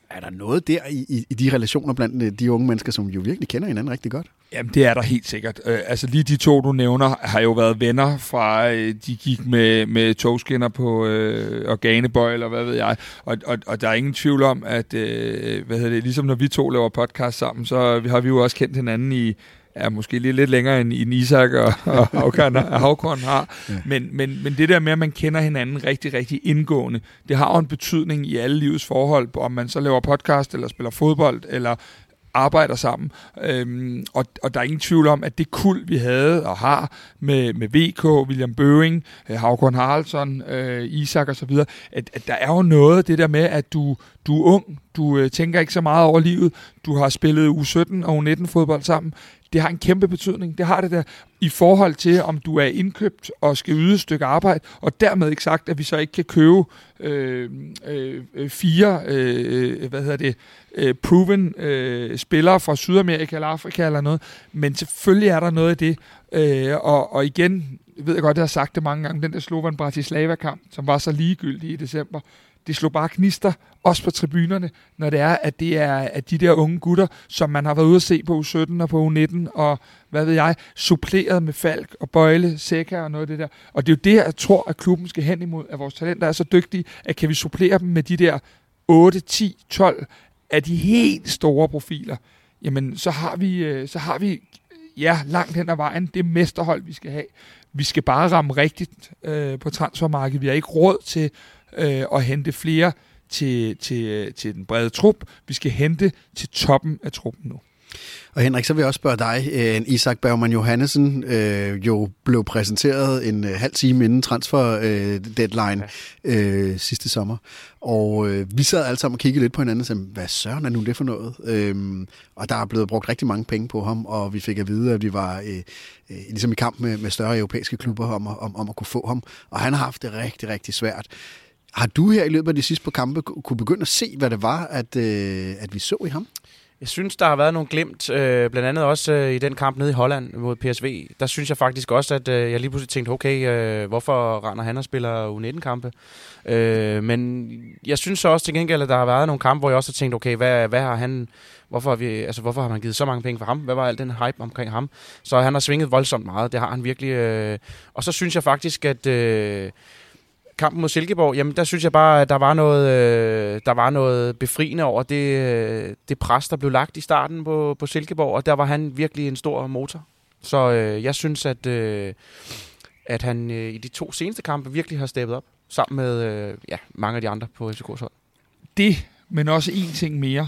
er der noget der i, i, i de relationer blandt de unge mennesker, som jo virkelig kender hinanden rigtig godt? Jamen, det er der helt sikkert. Øh, altså lige de to, du nævner, har jo været venner fra, øh, de gik med, med togskinner på øh, organebøj, eller hvad ved jeg. Og, og, og der er ingen tvivl om, at øh, hvad hedder det, ligesom når vi to laver podcast sammen, så har vi jo også kendt hinanden i, ja, måske lige lidt længere end, end Isak og, og Havkorn har. Ja. Men, men, men det der med, at man kender hinanden rigtig, rigtig indgående, det har jo en betydning i alle livets forhold, om man så laver podcast, eller spiller fodbold, eller arbejder sammen. Øhm, og, og der er ingen tvivl om, at det kuld, vi havde og har med, med V K, William Bøving, Havkorn Haraldsson, øh, Isak og så videre, at, at der er jo noget, det der med, at du, du er ung, du øh, tænker ikke så meget over livet, du har spillet U sytten og U nitten fodbold sammen. Det har en kæmpe betydning. Det har det der i forhold til, om du er indkøbt og skal yde et stykke arbejde, og dermed ikke sagt, at vi så ikke kan købe øh, øh, fire øh, hvad hedder det, øh, proven øh, spillere fra Sydamerika eller Afrika eller noget. Men selvfølgelig er der noget af det. Øh, og, og igen, jeg ved jeg godt, jeg har sagt det mange gange, den der Slovan Bratislava-kamp, som var så ligegyldig i december, det slog bare gnister, også på tribunerne, når det er, at det er at de der unge gutter, som man har været ude at se på U sytten og på U nitten, og hvad ved jeg, suppleret med Falk og Bøjle, Sækker og noget af det der. Og det er jo det, jeg tror, at klubben skal hen imod, at vores talenter er så dygtige, at kan vi supplere dem med de der otte, ti, tolv af de helt store profiler, jamen så har vi, så har vi ja, langt hen ad vejen det mesterhold, vi skal have. Vi skal bare ramme rigtigt øh, på transfermarkedet. Vi har ikke råd til øh, at hente flere til, til, til den brede trup. Vi skal hente til toppen af truppen nu. Og Henrik, så vil jeg også spørge dig. En Isak Bergman Johannessen øh, jo blev præsenteret en øh, halv time inden transfer øh, deadline øh, sidste sommer. Og øh, vi sad alle sammen og kiggede lidt på hinanden og sagde, hvad søren er nu det for noget? Øhm, og der er blevet brugt rigtig mange penge på ham, og vi fik at vide, at vi var øh, øh, ligesom i kamp med, med større europæiske klubber om, om, om at kunne få ham. Og han har haft det rigtig, rigtig svært. Har du her i løbet af de sidste par kampe kunne begynde at se, hvad det var, at, øh, at vi så i ham? Jeg synes, der har været nogle glimt, øh, blandt andet også øh, i den kamp nede i Holland mod P S V. Der synes jeg faktisk også, at øh, jeg lige pludselig tænkte, okay, øh, hvorfor render han og spiller U nitten-kampe? Øh, men jeg synes så også til gengæld, at der har været nogle kampe, hvor jeg også har tænkt, okay, hvad, hvad har han, hvorfor har, vi, altså, hvorfor har man givet så mange penge for ham? Hvad var al den hype omkring ham? Så han har svinget voldsomt meget, det har han virkelig. Øh, og så synes jeg faktisk, at Øh, kampen mod Silkeborg, jamen der synes jeg bare, at der var noget, øh, der var noget befriende over det, øh, det pres, der blev lagt i starten på, på Silkeborg, og der var han virkelig en stor motor. Så øh, jeg synes, at, øh, at han øh, i de to seneste kampe virkelig har steppet op, sammen med øh, ja, mange af de andre på F C K's hold. Det, men også én ting mere.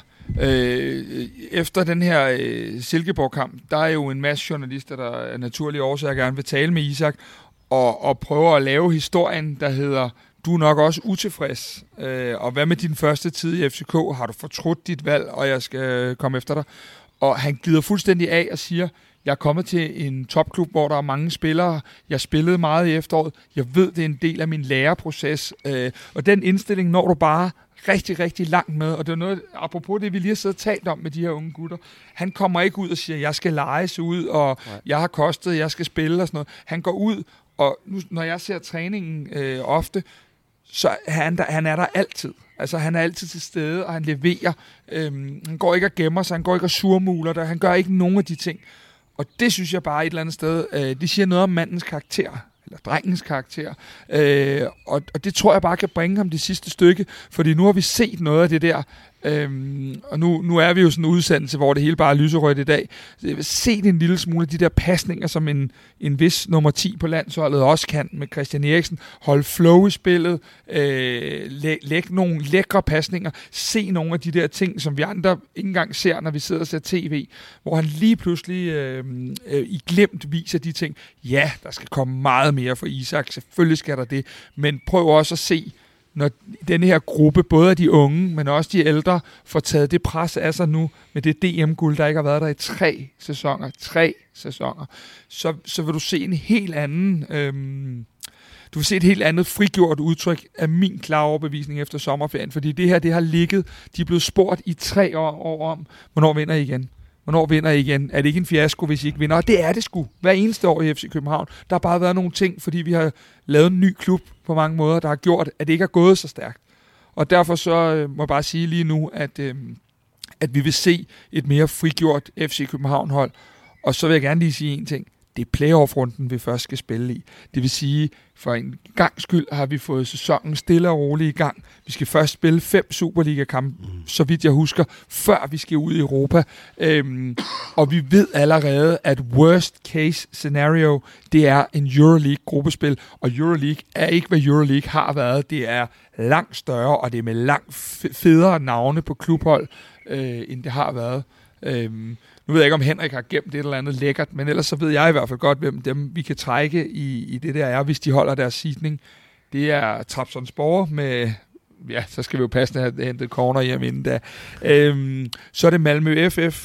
Øh, efter den her øh, Silkeborg-kamp, der er jo en masse journalister, der er naturlige årsager gerne vil tale med Isak, Og, og prøver at lave historien, der hedder, du er nok også utilfreds. Øh, og hvad med din første tid i F C K? Har du fortrudt dit valg, og jeg skal komme efter dig? Og han glider fuldstændig af og siger, jeg er kommet til en topklub, hvor der er mange spillere. Jeg spillede meget i efteråret. Jeg ved, det er en del af min læreproces. Øh, og den indstilling når du bare rigtig, rigtig langt med. Og det er noget, apropos det, vi lige har siddet og talt om med de her unge gutter. Han kommer ikke ud og siger, jeg skal lejes ud, og Nej. jeg har kostet, jeg skal spille og sådan noget. Han går ud, og nu, når jeg ser træningen øh, ofte, så han, der, han er der altid. Altså, han er altid til stede, og han leverer. Øhm, han går ikke og gemmer sig, han går ikke og surmuler der. Han gør ikke nogen af de ting. Og det synes jeg bare et eller andet sted, øh, det siger noget om mandens karakter, eller drengens karakter. Øh, og, og det tror jeg bare kan bringe ham det sidste stykke, fordi nu har vi set noget af det der. Øhm, og nu, nu er vi jo sådan en udsendelse, hvor det hele bare er lyserødt i dag. Jeg vil se en lille smule af de der pasninger, som en, en vis nummer ti på landsholdet også kan med Christian Eriksen. Holde flow i spillet, øh, læ- lægge nogle lækre pasninger, se nogle af de der ting, som vi andre ikke engang ser, når vi sidder og ser tv, hvor han lige pludselig øh, øh, i glemt viser de ting. Ja, der skal komme meget mere fra Isak, selvfølgelig skal der det, men prøv også at se, når denne her gruppe, både af de unge, men også de ældre, får taget det pres af sig nu, med det D M-guld, der ikke har været der i tre sæsoner, tre sæsoner, så, så vil du se en helt anden, øhm, du vil se et helt andet frigjort udtryk af min klare overbevisning efter sommerferien, fordi det her, det har ligget, de er blevet spurgt i tre år, år om, hvornår vinder I igen? Hvornår vinder I igen? Er det ikke en fiasko, hvis I ikke vinder? Og det er det sgu. Hver eneste år i F C København. Der har bare været nogle ting, fordi vi har lavet en ny klub på mange måder, der har gjort, at det ikke er gået så stærkt. Og derfor så øh, må jeg bare sige lige nu, at, øh, at vi vil se et mere frigjort F C København-hold. Og så vil jeg gerne lige sige en ting. Det er playoff-runden, vi først skal spille i. Det vil sige, for en gang skyld har vi fået sæsonen stille og roligt i gang. Vi skal først spille fem Superliga-kampe, mm. så vidt jeg husker, før vi skal ud i Europa. Øhm, og vi ved allerede, at worst case scenario, det er en Euroleague-gruppespil. Og Euroleague er ikke, hvad Euroleague har været. Det er langt større, og det er med langt federe navne på klubhold, øh, end det har været. Øhm, Nu ved jeg ikke, om Henrik har gemt et eller andet lækkert, men ellers så ved jeg i hvert fald godt, hvem dem vi kan trække i, i det der er, hvis de holder deres seedning. Det er Trabzonspor med, ja, så skal vi jo passende have hentet corner hjem inden da. Øhm, så er det Malmö F F,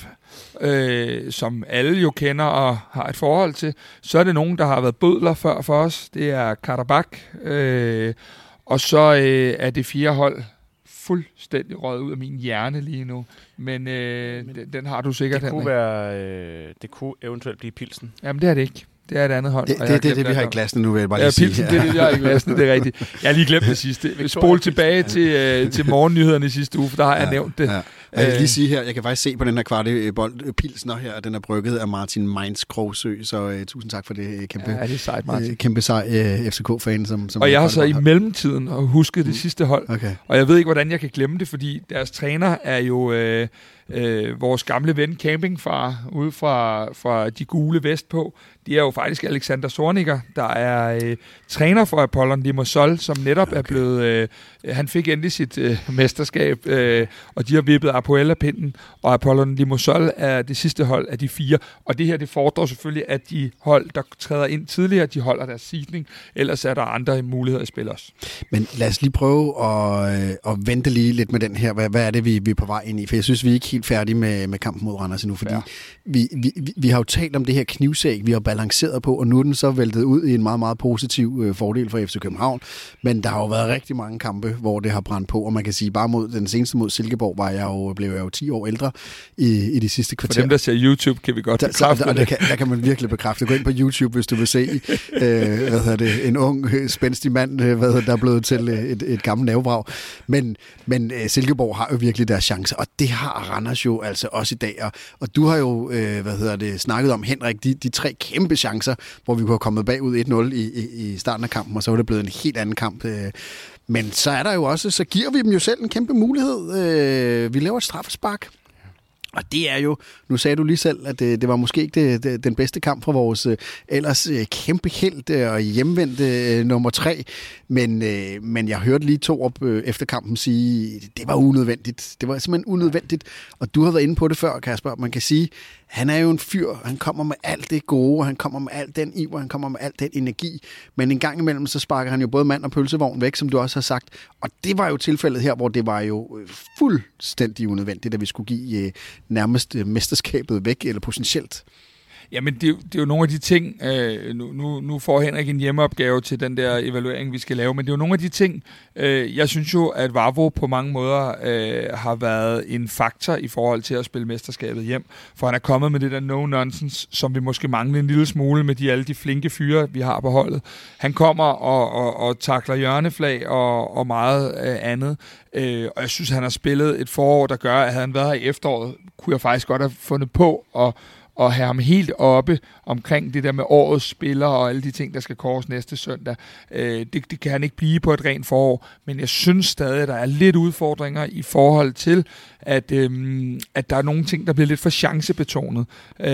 øh, som alle jo kender og har et forhold til. Så er det nogen, der har været bødler før for os. Det er Karabakh. Øh, og så øh, er det fire hold fuldstændig røget ud af min hjerne lige nu. Men, øh, Men den, den har du sikkert. Det kunne, være, øh, det kunne eventuelt blive Pilsen. Jamen det er det ikke. Det er et andet hold. Det er det, det, det, vi har i glassen nu, vil jeg bare lige ja, sige. Pilsen, det er det, vi har i glassen, det er rigtigt. Jeg har lige glemt det sidste. Spol tilbage til, øh, til morgennyhederne i sidste uge, for der har jeg ja, nævnt det. Ja. Jeg kan lige sige her, jeg kan faktisk se på den her kvartebold Pilsner her, den er brygget af Martin Mainz Krogsø, så uh, tusind tak for det kæmpe, ja, det er sejt, Martin. Uh, kæmpe sej uh, F C K-fan. Som, som og jeg har så i mellemtiden husket det mm. sidste hold, okay. Og jeg ved ikke, hvordan jeg kan glemme det, fordi deres træner er jo øh, øh, vores gamle ven, campingfar, ude fra, fra de gule vestpå. Det er jo faktisk Alexander Zorniger, der er øh, træner for Apollon Limassol, som netop okay. er blevet... Øh, han fik endelig sit øh, mesterskab, øh, og de har vippet Apoel af pinden, og Apollon Limassol er det sidste hold af de fire. Og det her, det fordrer selvfølgelig, at de hold, der træder ind tidligere, de holder deres seedning, ellers er der andre muligheder at spille os. Men lad os lige prøve at, øh, at vente lige lidt med den her. Hvad, hvad er det, vi, vi er på vej ind i? For jeg synes, vi er ikke helt færdige med, med kampen mod Randers endnu, fordi ja. vi, vi, vi, vi har jo talt om det her knivsæg, vi har balanceret på, og nu er den så væltet ud i en meget, meget positiv øh, fordel for F C København. Men der har jo været rigtig mange kampe, hvor det har brændt på, og man kan sige, bare mod den seneste mod Silkeborg, var jeg jo, blev jeg jo ti år ældre i, i de sidste kvarter. For dem, der ser YouTube, kan vi godt der, bekræfte der, der, der, kan, der kan man virkelig bekræfte. Gå ind på YouTube, hvis du vil se øh, hvad hedder det, en ung, spændstig mand, hvad hedder, der er blevet til et, et gammelt nervevrag. Men, men øh, Silkeborg har jo virkelig deres chancer, og det har Randers jo altså også i dag. Og, og du har jo øh, hvad hedder det, snakket om, Henrik, de, de tre kæmpe chancer, hvor vi kunne have kommet bagud et nul i, i, i starten af kampen, og så var det blevet en helt anden kamp. Øh. Men så er der jo også, så giver vi dem jo selv en kæmpe mulighed. Øh, vi laver et straffespark. Og det er jo, nu sagde du lige selv, at det, det var måske ikke det, det, den bedste kamp fra vores øh, ellers øh, kæmpe helt øh, og hjemvendte øh, nummer tre. Men, øh, men jeg hørte lige to op øh, efter kampen sige, det var unødvendigt. Det var simpelthen unødvendigt. Og du har været inde på det før, Kasper. Man kan sige, han er jo en fyr, han kommer med alt det gode, han kommer med alt den iver, han kommer med alt den energi. Men en gang imellem, så sparker han jo både mand og pølsevogn væk, som du også har sagt. Og det var jo tilfældet her, hvor det var jo fuldstændig unødvendigt, at vi skulle give øh, nærmest øh, mesterskabet væk, eller potentielt. Jamen, det, det er jo nogle af de ting, øh, nu, nu, nu får Henrik en hjemmeopgave til den der evaluering, vi skal lave, men det er jo nogle af de ting, øh, jeg synes jo, at Vavro på mange måder øh, har været en faktor i forhold til at spille mesterskabet hjem, for han er kommet med det der no-nonsense, som vi måske mangler en lille smule med de alle de flinke fyre, vi har på holdet. Han kommer og, og, og takler hjørneflag og, og meget øh, andet, øh, og jeg synes, han har spillet et forår, der gør, at havde han været her i efteråret, kunne jeg faktisk godt have fundet på at og have ham helt oppe omkring det der med årets spiller og alle de ting, der skal kåres næste søndag. Øh, det, det kan han ikke blive på et rent forår, men jeg synes stadig, at der er lidt udfordringer i forhold til, at, øhm, at der er nogle ting, der bliver lidt for chancebetonet.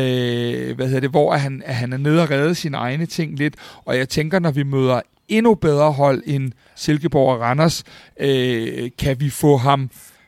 Øh, hvad hedder det, hvor han, at han er nede og redde sine egne ting lidt, og jeg tænker, når vi møder endnu bedre hold end Silkeborg og Randers, øh, kan vi få ham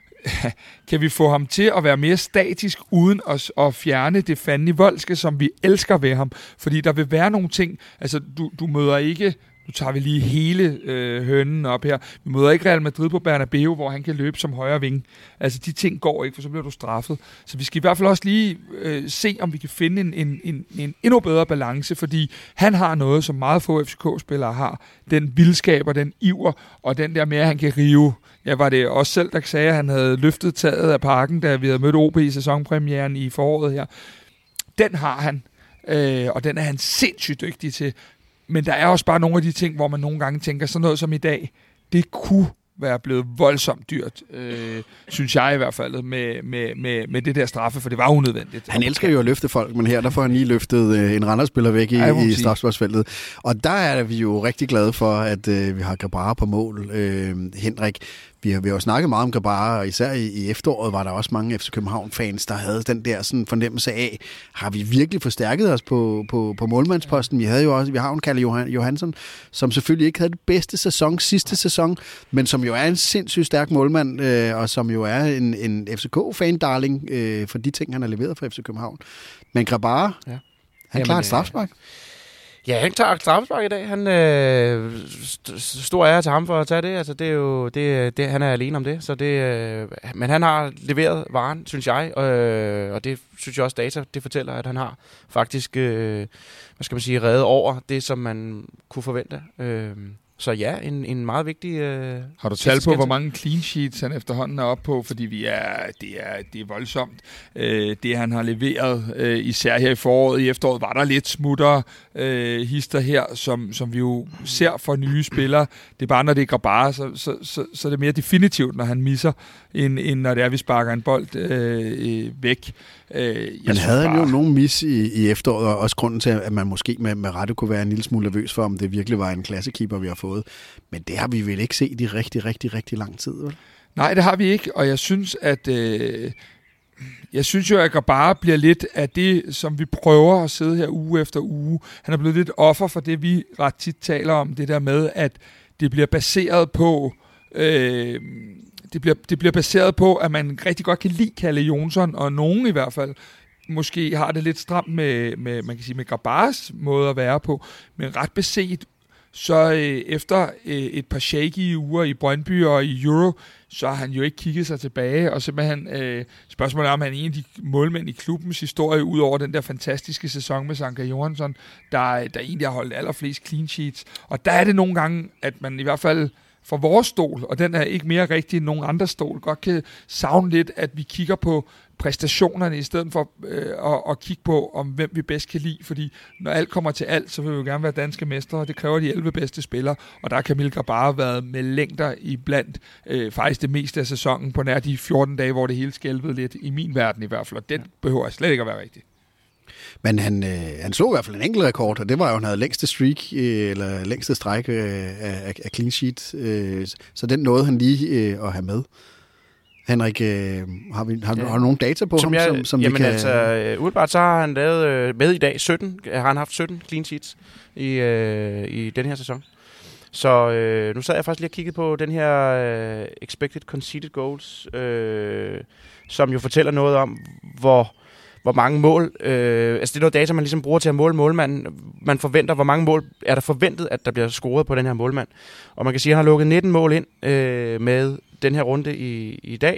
kan vi få ham til at være mere statisk, uden at, at fjerne det fandme voldske, som vi elsker ved ham. Fordi der vil være nogle ting, altså du, du møder ikke, nu tager vi lige hele øh, hønnen op her, vi møder ikke Real Madrid på Bernabeu, hvor han kan løbe som højre ving. Altså de ting går ikke, for så bliver du straffet. Så vi skal i hvert fald også lige øh, se, om vi kan finde en, en, en, en endnu bedre balance, fordi han har noget, som meget få F C K-spillere har. Den vildskab og den iver, og den der med, at han kan rive. Ja, var det også selv, der sagde, at han havde løftet taget af parken, da vi havde mødt O B i sæsonpremieren i foråret her. Den har han, øh, og den er han sindssygt dygtig til. Men der er også bare nogle af de ting, hvor man nogle gange tænker, sådan noget som i dag, det kunne være blevet voldsomt dyrt, øh, synes jeg i hvert fald, med, med, med, med det der straffe, for det var unødvendigt. Han elsker jo at løfte folk, men her der får han lige løftet øh, en Randers-spiller væk i, i strafsparksfeltet. Og der er vi jo rigtig glade for, at øh, vi har Grabara på mål. Øh, Henrik, vi har, vi har jo snakket meget om Grabara, og især i, i efteråret var der også mange F C København-fans, der havde den der sådan fornemmelse af, har vi virkelig forstærket os på, på, på målmandsposten? Vi havde jo også, vi har jo en Kalle Johan, Johansson, som selvfølgelig ikke havde det bedste sæson sidste sæson, men som jo er en sindssygt stærk målmand, øh, og som jo er en, en F C K-fan-darling øh, for de ting, han har leveret for F C København. Men Grabara, ja. han Jamen, klarer et strafspark. Ja, han tager straffespark i dag. Han øh, st- stor ære til ham for at tage det. Altså, det er jo det, det han er alene om det. Så det øh, men han har leveret varen, synes jeg, øh, og det synes jeg også data det fortæller, at han har faktisk øh, hvad skal man sige reddet over det, som man kunne forvente. Øh, Så ja, en, en meget vigtig... Øh, Har du tal på, hvor mange clean sheets han efterhånden er oppe på? Fordi vi er, det, er, det er voldsomt. Øh, det, han har leveret, øh, især her i foråret. I efteråret var der lidt smutter øh, hister her, som, som vi jo ser for nye spillere. Det er bare, når det er Grabara, så, så, så, så er det mere definitivt, når han misser, end, end når det er, vi sparker en bold øh, væk. Øh, Men havde han jo nogen mis i, i efteråret, og også grunden til, at man måske med, med rette kunne være en lille smule nervøs for, om det virkelig var en klassekeeper, vi har fået. Men det har vi vel ikke set i rigtig, rigtig, rigtig lang tid, vel? Nej, det har vi ikke, og jeg synes, at øh, jeg synes jo, at Grabara bliver lidt af det, som vi prøver at sidde her uge efter uge. Han er blevet lidt offer for det, vi ret tit taler om, det der med, at det bliver baseret på... Øh, Det bliver, det bliver baseret på, at man rigtig godt kan lide Kalle Jonsson, og nogen i hvert fald måske har det lidt stramt med, med man kan sige, med Grabaras måde at være på, men ret beset, så øh, efter øh, et par shaky uger i Brøndby og i Euro, så har han jo ikke kigget sig tilbage, og simpelthen øh, spørgsmålet er, om han er en af de målmænd i klubbens historie, ud over den der fantastiske sæson med Sanka Johansson, der, der egentlig har holdt allerflest clean sheets, og der er det nogle gange, at man i hvert fald for vores stol, og den er ikke mere rigtig end nogen andre stol, godt kan savne lidt, at vi kigger på præstationerne, i stedet for øh, at, at kigge på, om hvem vi bedst kan lide, fordi når alt kommer til alt, så vil vi jo gerne være danske mestre, og det kræver de elleve bedste spillere, og der har Kamil Grabara været med længder i blandt øh, faktisk det meste af sæsonen, på nær de fjorten dage, hvor det hele skælvede lidt, i min verden i hvert fald, og den behøver slet ikke at være rigtig. Men han, øh, han slog i hvert fald en enkelt rekord, og det var jo, han havde længste streak, øh, eller længste stræk øh, af, af clean sheet. Øh, så den nåede han lige øh, at have med. Henrik, øh, har, vi, har, ja. har du nogle data på som ham, jeg, som, som jamen vi kan... altså, umiddelbart så har han lavet øh, med i dag sytten, har han haft sytten clean sheets i, øh, i den her sæson. Så øh, nu sad jeg faktisk lige og kiggede på den her øh, expected conceded goals, øh, som jo fortæller noget om, hvor... hvor mange mål, øh, altså det er noget data, man ligesom bruger til at måle målmanden. Man forventer, hvor mange mål er der forventet, at der bliver scoret på den her målmand. Og man kan sige, at han har lukket nitten mål ind øh, med den her runde i, i dag.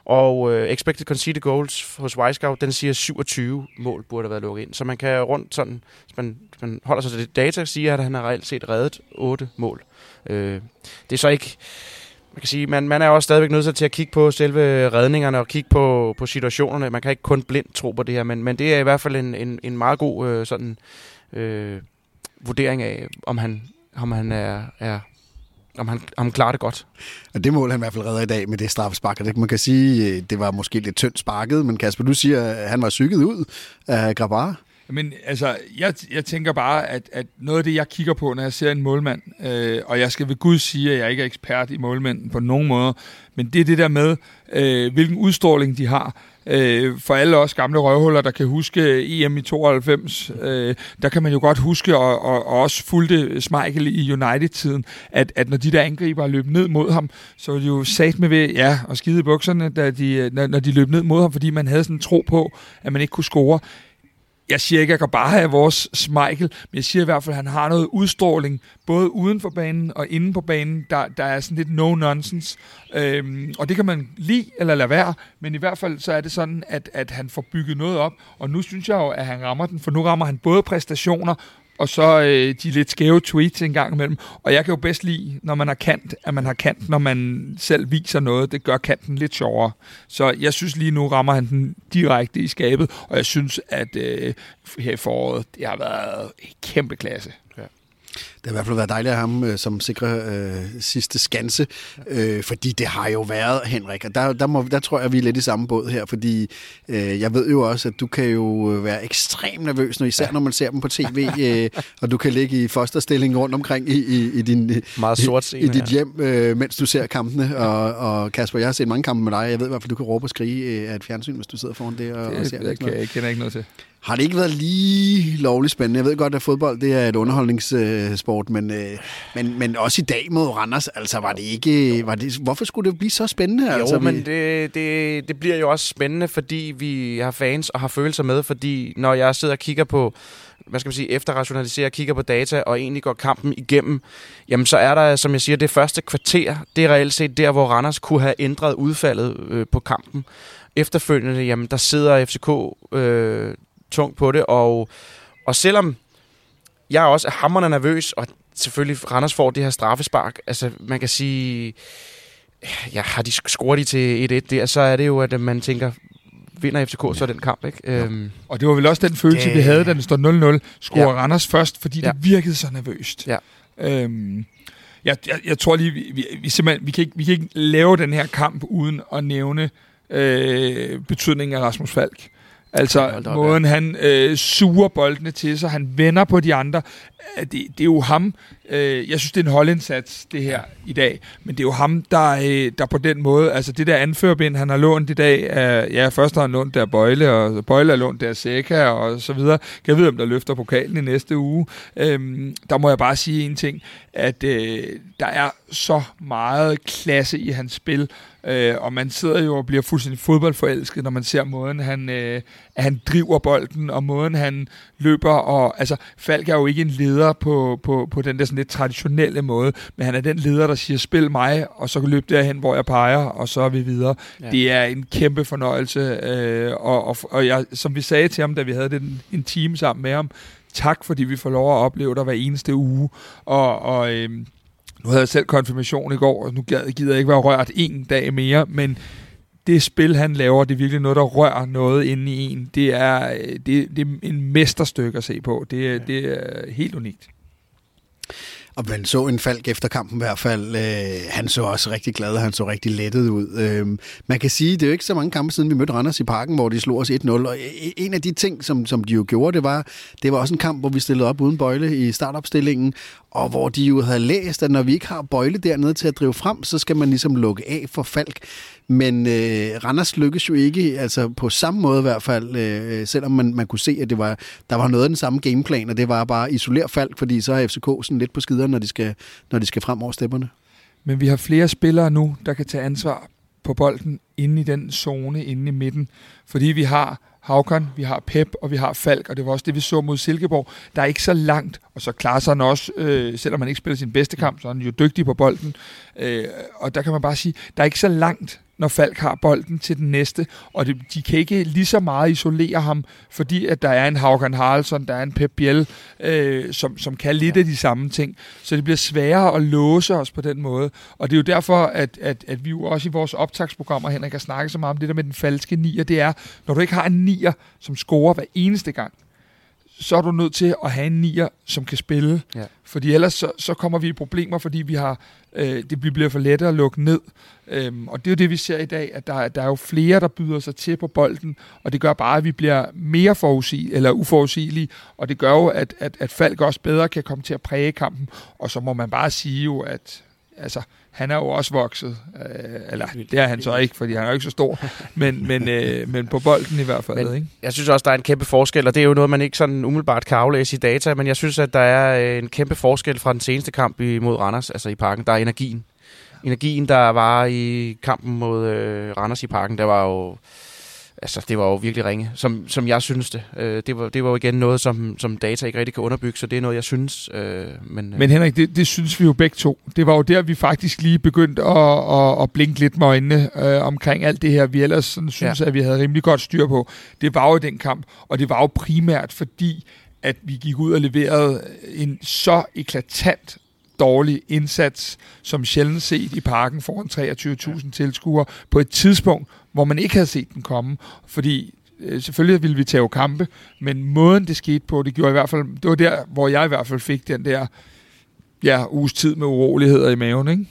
Og øh, expected conceded goals hos Wisecout, den siger syvogtyve mål burde have været lukket ind. Så man kan rundt sådan, hvis man, hvis man holder sig til det data, sige, at han har reelt set reddet otte mål. Øh, det er så ikke... Man kan sige, man, man er også stadigvæk nødt til at kigge på selve redningerne og kigge på, på situationerne. Man kan ikke kun blindt tro på det her, men, men det er i hvert fald en, en, en meget god øh, sådan, øh, vurdering af, om han, om han er, er om han, om han klarer det godt. Og det mål han i hvert fald redder i dag med det straffespark. Det man kan sige, det var måske lidt tyndt sparket, men Kasper, du siger, at han var cyklet ud af Grabara. Men altså, jeg, jeg tænker bare, at, at noget af det, jeg kigger på, når jeg ser en målmand, øh, og jeg skal ved Gud sige, at jeg ikke er ekspert i målmænden på nogen måde, men det er det der med, øh, hvilken udstråling de har. Øh, for alle os gamle røvhuller, der kan huske E M i tooghalvfems, øh, der kan man jo godt huske, og, og, og også fulgte Schmeichel i United-tiden, at, at når de der angriber løb ned mod ham, så var de jo sat med ved, ja, og skide i bukserne, da de, når, når de løb ned mod ham, fordi man havde sådan en tro på, at man ikke kunne score. Jeg siger ikke, at jeg kan bare have vores Schmeichel, men jeg siger i hvert fald, at han har noget udstråling, både uden for banen og inde på banen, der, der er sådan lidt no-nonsense. Øhm, og det kan man lide eller lade være, men i hvert fald så er det sådan, at, at han får bygget noget op, og nu synes jeg jo, at han rammer den, for nu rammer han både præstationer, og så øh, de lidt skæve tweets en gang imellem. Og jeg kan jo bedst lide, når man har kant, at man har kant, når man selv viser noget. Det gør kanten lidt sjovere. Så jeg synes lige nu rammer han den direkte i skabet, og jeg synes, at øh, her i foråret, det har været en kæmpe klasse. Ja. Det har i hvert fald været dejligt at have ham øh, som sikrer øh, sidste skanse, øh, fordi det har jo været, Henrik, og der, der, må, der tror jeg, vi er lidt i samme båd her, fordi øh, jeg ved jo også, at du kan jo være ekstremt nervøs, når, især når man ser dem på tv, øh, og du kan ligge i fosterstilling rundt omkring i, i, i, din, Meget sort scene, i, i dit hjem, øh, mens du ser kampene. Og, og Kasper, jeg har set mange kampe med dig, jeg ved i hvert fald, du kan råbe og skrige øh, af et fjernsyn, hvis du sidder foran det og, det, og ser det. Jeg, jeg kender ikke noget til. Har det ikke været lige lovligt spændende? Jeg ved godt, at fodbold det er et underholdningssport, men, øh, men, men også i dag mod Randers, altså var det ikke... Var det, hvorfor skulle det blive så spændende? Jo, altså, men vi... det, det, det bliver jo også spændende, fordi vi har fans og har følelser med, fordi når jeg sidder og kigger på, hvad skal man sige, efterrationaliserer, kigger på data og egentlig går kampen igennem, jamen så er der, som jeg siger, det første kvarter, det er reelt set der, hvor Randers kunne have ændret udfaldet øh, på kampen. Efterfølgende, jamen der sidder F C K... Øh, tungt på det, og, og selvom jeg også er hamrende nervøs, og selvfølgelig Randers får det her straffespark, altså man kan sige, ja, har de scoret de til et et der, så er det jo, at man tænker, vinder F C K, så er den kamp, ikke? Ja. Øhm, og det var vel også den følelse, det... vi havde, da den står nul nul, scorer ja. Randers først, fordi ja. det virkede så nervøst. Ja. Øhm, jeg, jeg, jeg tror lige, vi, vi, vi simpelthen, vi kan, ikke, vi kan ikke lave den her kamp, uden at nævne øh, betydningen af Rasmus Falk. Altså, måden han øh, suger boldene til sig, han vender på de andre, det, det er jo ham, øh, jeg synes, det er en holdindsats, det her i dag, men det er jo ham, der, øh, der på den måde, altså det der anførbind, han har lånt i dag, øh, ja, først har han lånt der Bøjle, og Bøjle har lånt der Sækker, og så videre, kan jeg vide, om der løfter pokalen i næste uge, øhm, der må jeg bare sige en ting, at øh, der er så meget klasse i hans spil, øh, og man sidder jo og bliver fuldstændig fodboldforelsket, når man ser måden, han, øh, at han driver bolden, og måden, han løber, og altså, Falk er jo ikke en leder på, på, på den der sådan lidt traditionelle måde, men han er den leder, der siger, spil mig, og så løb derhen, hvor jeg peger, og så er vi videre. Ja. Det er en kæmpe fornøjelse, øh, og, og, og jeg, som vi sagde til ham, da vi havde den, en time sammen med ham, tak, fordi vi får lov at opleve dig hver eneste uge, og, og øh, nu havde jeg selv konfirmation i går, og nu gider jeg ikke være rørt en dag mere, men det spil, han laver, det er virkelig noget, der rører noget inde i en. Det er, det, det er en mesterstykke at se på. Det, ja. det er helt unikt. Og man så en Falk efter kampen i hvert fald. Øh, han så også rigtig glad, og han så rigtig lettet ud. Øh, man kan sige, det er jo ikke så mange kampe siden, vi mødte Randers i Parken, hvor de slog os et nul. Og en af de ting, som, som de jo gjorde, det var, det var også en kamp, hvor vi stillede op uden Bøjle i startopstillingen, og hvor de jo havde læst, at når vi ikke har Bøjle dernede til at drive frem, så skal man ligesom lukke af for Falk. Men øh, Randers lykkes jo ikke, altså på samme måde i hvert fald, øh, selvom man, man kunne se, at det var, der var noget af den samme gameplan, og det var bare at isolere Falk, fordi så er F C K sådan lidt på skider, når de skal, når de skal frem over stepperne. Men vi har flere spillere nu, der kan tage ansvar på bolden inde i den zone, inde i midten, fordi vi har Haukan, vi har Pep, og vi har Falk, og det var også det, vi så mod Silkeborg. Der er ikke så langt, og så klarer sig han også, øh, selvom han ikke spiller sin bedste kamp, så er han jo dygtig på bolden. Øh, og der kan man bare sige, der er ikke så langt, når Falk har bolden til den næste, og det, de kan ikke lige så meget isolere ham, fordi at der er en Haukan Haraldsson, der er en Pep Biel, øh, som, som kan lidt af de samme ting. Så det bliver sværere at låse os på den måde, og det er jo derfor, at, at, at vi jo også i vores optagsprogrammer, Henrik, har snakket så meget om det der med den falske nier, det er, når du ikke har en nier, som scorer hver eneste gang, så er du nødt til at have en nier, som kan spille. Ja. Fordi ellers så, så kommer vi i problemer, fordi vi har, øh, det bliver for let at lukke ned. Øhm, og det er jo det, vi ser i dag, at der, der er jo flere, der byder sig til på bolden, og det gør bare, at vi bliver mere forudsig, eller uforudsigelige, og det gør jo, at, at, at Falk også bedre kan komme til at præge kampen. Og så må man bare sige jo, at altså, han er jo også vokset. Øh, eller det er han så ikke, fordi han er jo ikke så stor. Men, men, øh, men på bolden i hvert fald. Men, ikke? Jeg synes også, der er en kæmpe forskel, og det er jo noget, man ikke sådan umiddelbart kan aflæse i data, men jeg synes, at der er en kæmpe forskel fra den seneste kamp imod Randers, altså i Parken. Der er energien. Energien, der var i kampen mod øh, Randers i Parken, der var jo... Altså, det var jo virkelig ringe, som, som jeg synes det. Øh, det, var, det var jo igen noget, som, som data ikke rigtig kan underbygge, så det er noget, jeg synes. Øh, men, øh. men Henrik, det, det synes vi jo begge to. Det var jo der, vi faktisk lige begyndte at, at, at blinke lidt med øjnene øh, omkring alt det her, vi ellers sådan, synes, ja. at vi havde rimelig godt styr på. Det var jo den kamp, og det var jo primært fordi, at vi gik ud og leverede en så eklatant dårlig indsats, som sjældent set i Parken foran treogtyve tusind ja. tilskuere på et tidspunkt, hvor man ikke havde set den komme. Fordi øh, selvfølgelig ville vi tage kampe, men måden det skete på, det gjorde i hvert fald, det var der, hvor jeg i hvert fald fik den der ja, uges tid med uroligheder i maven, ikke?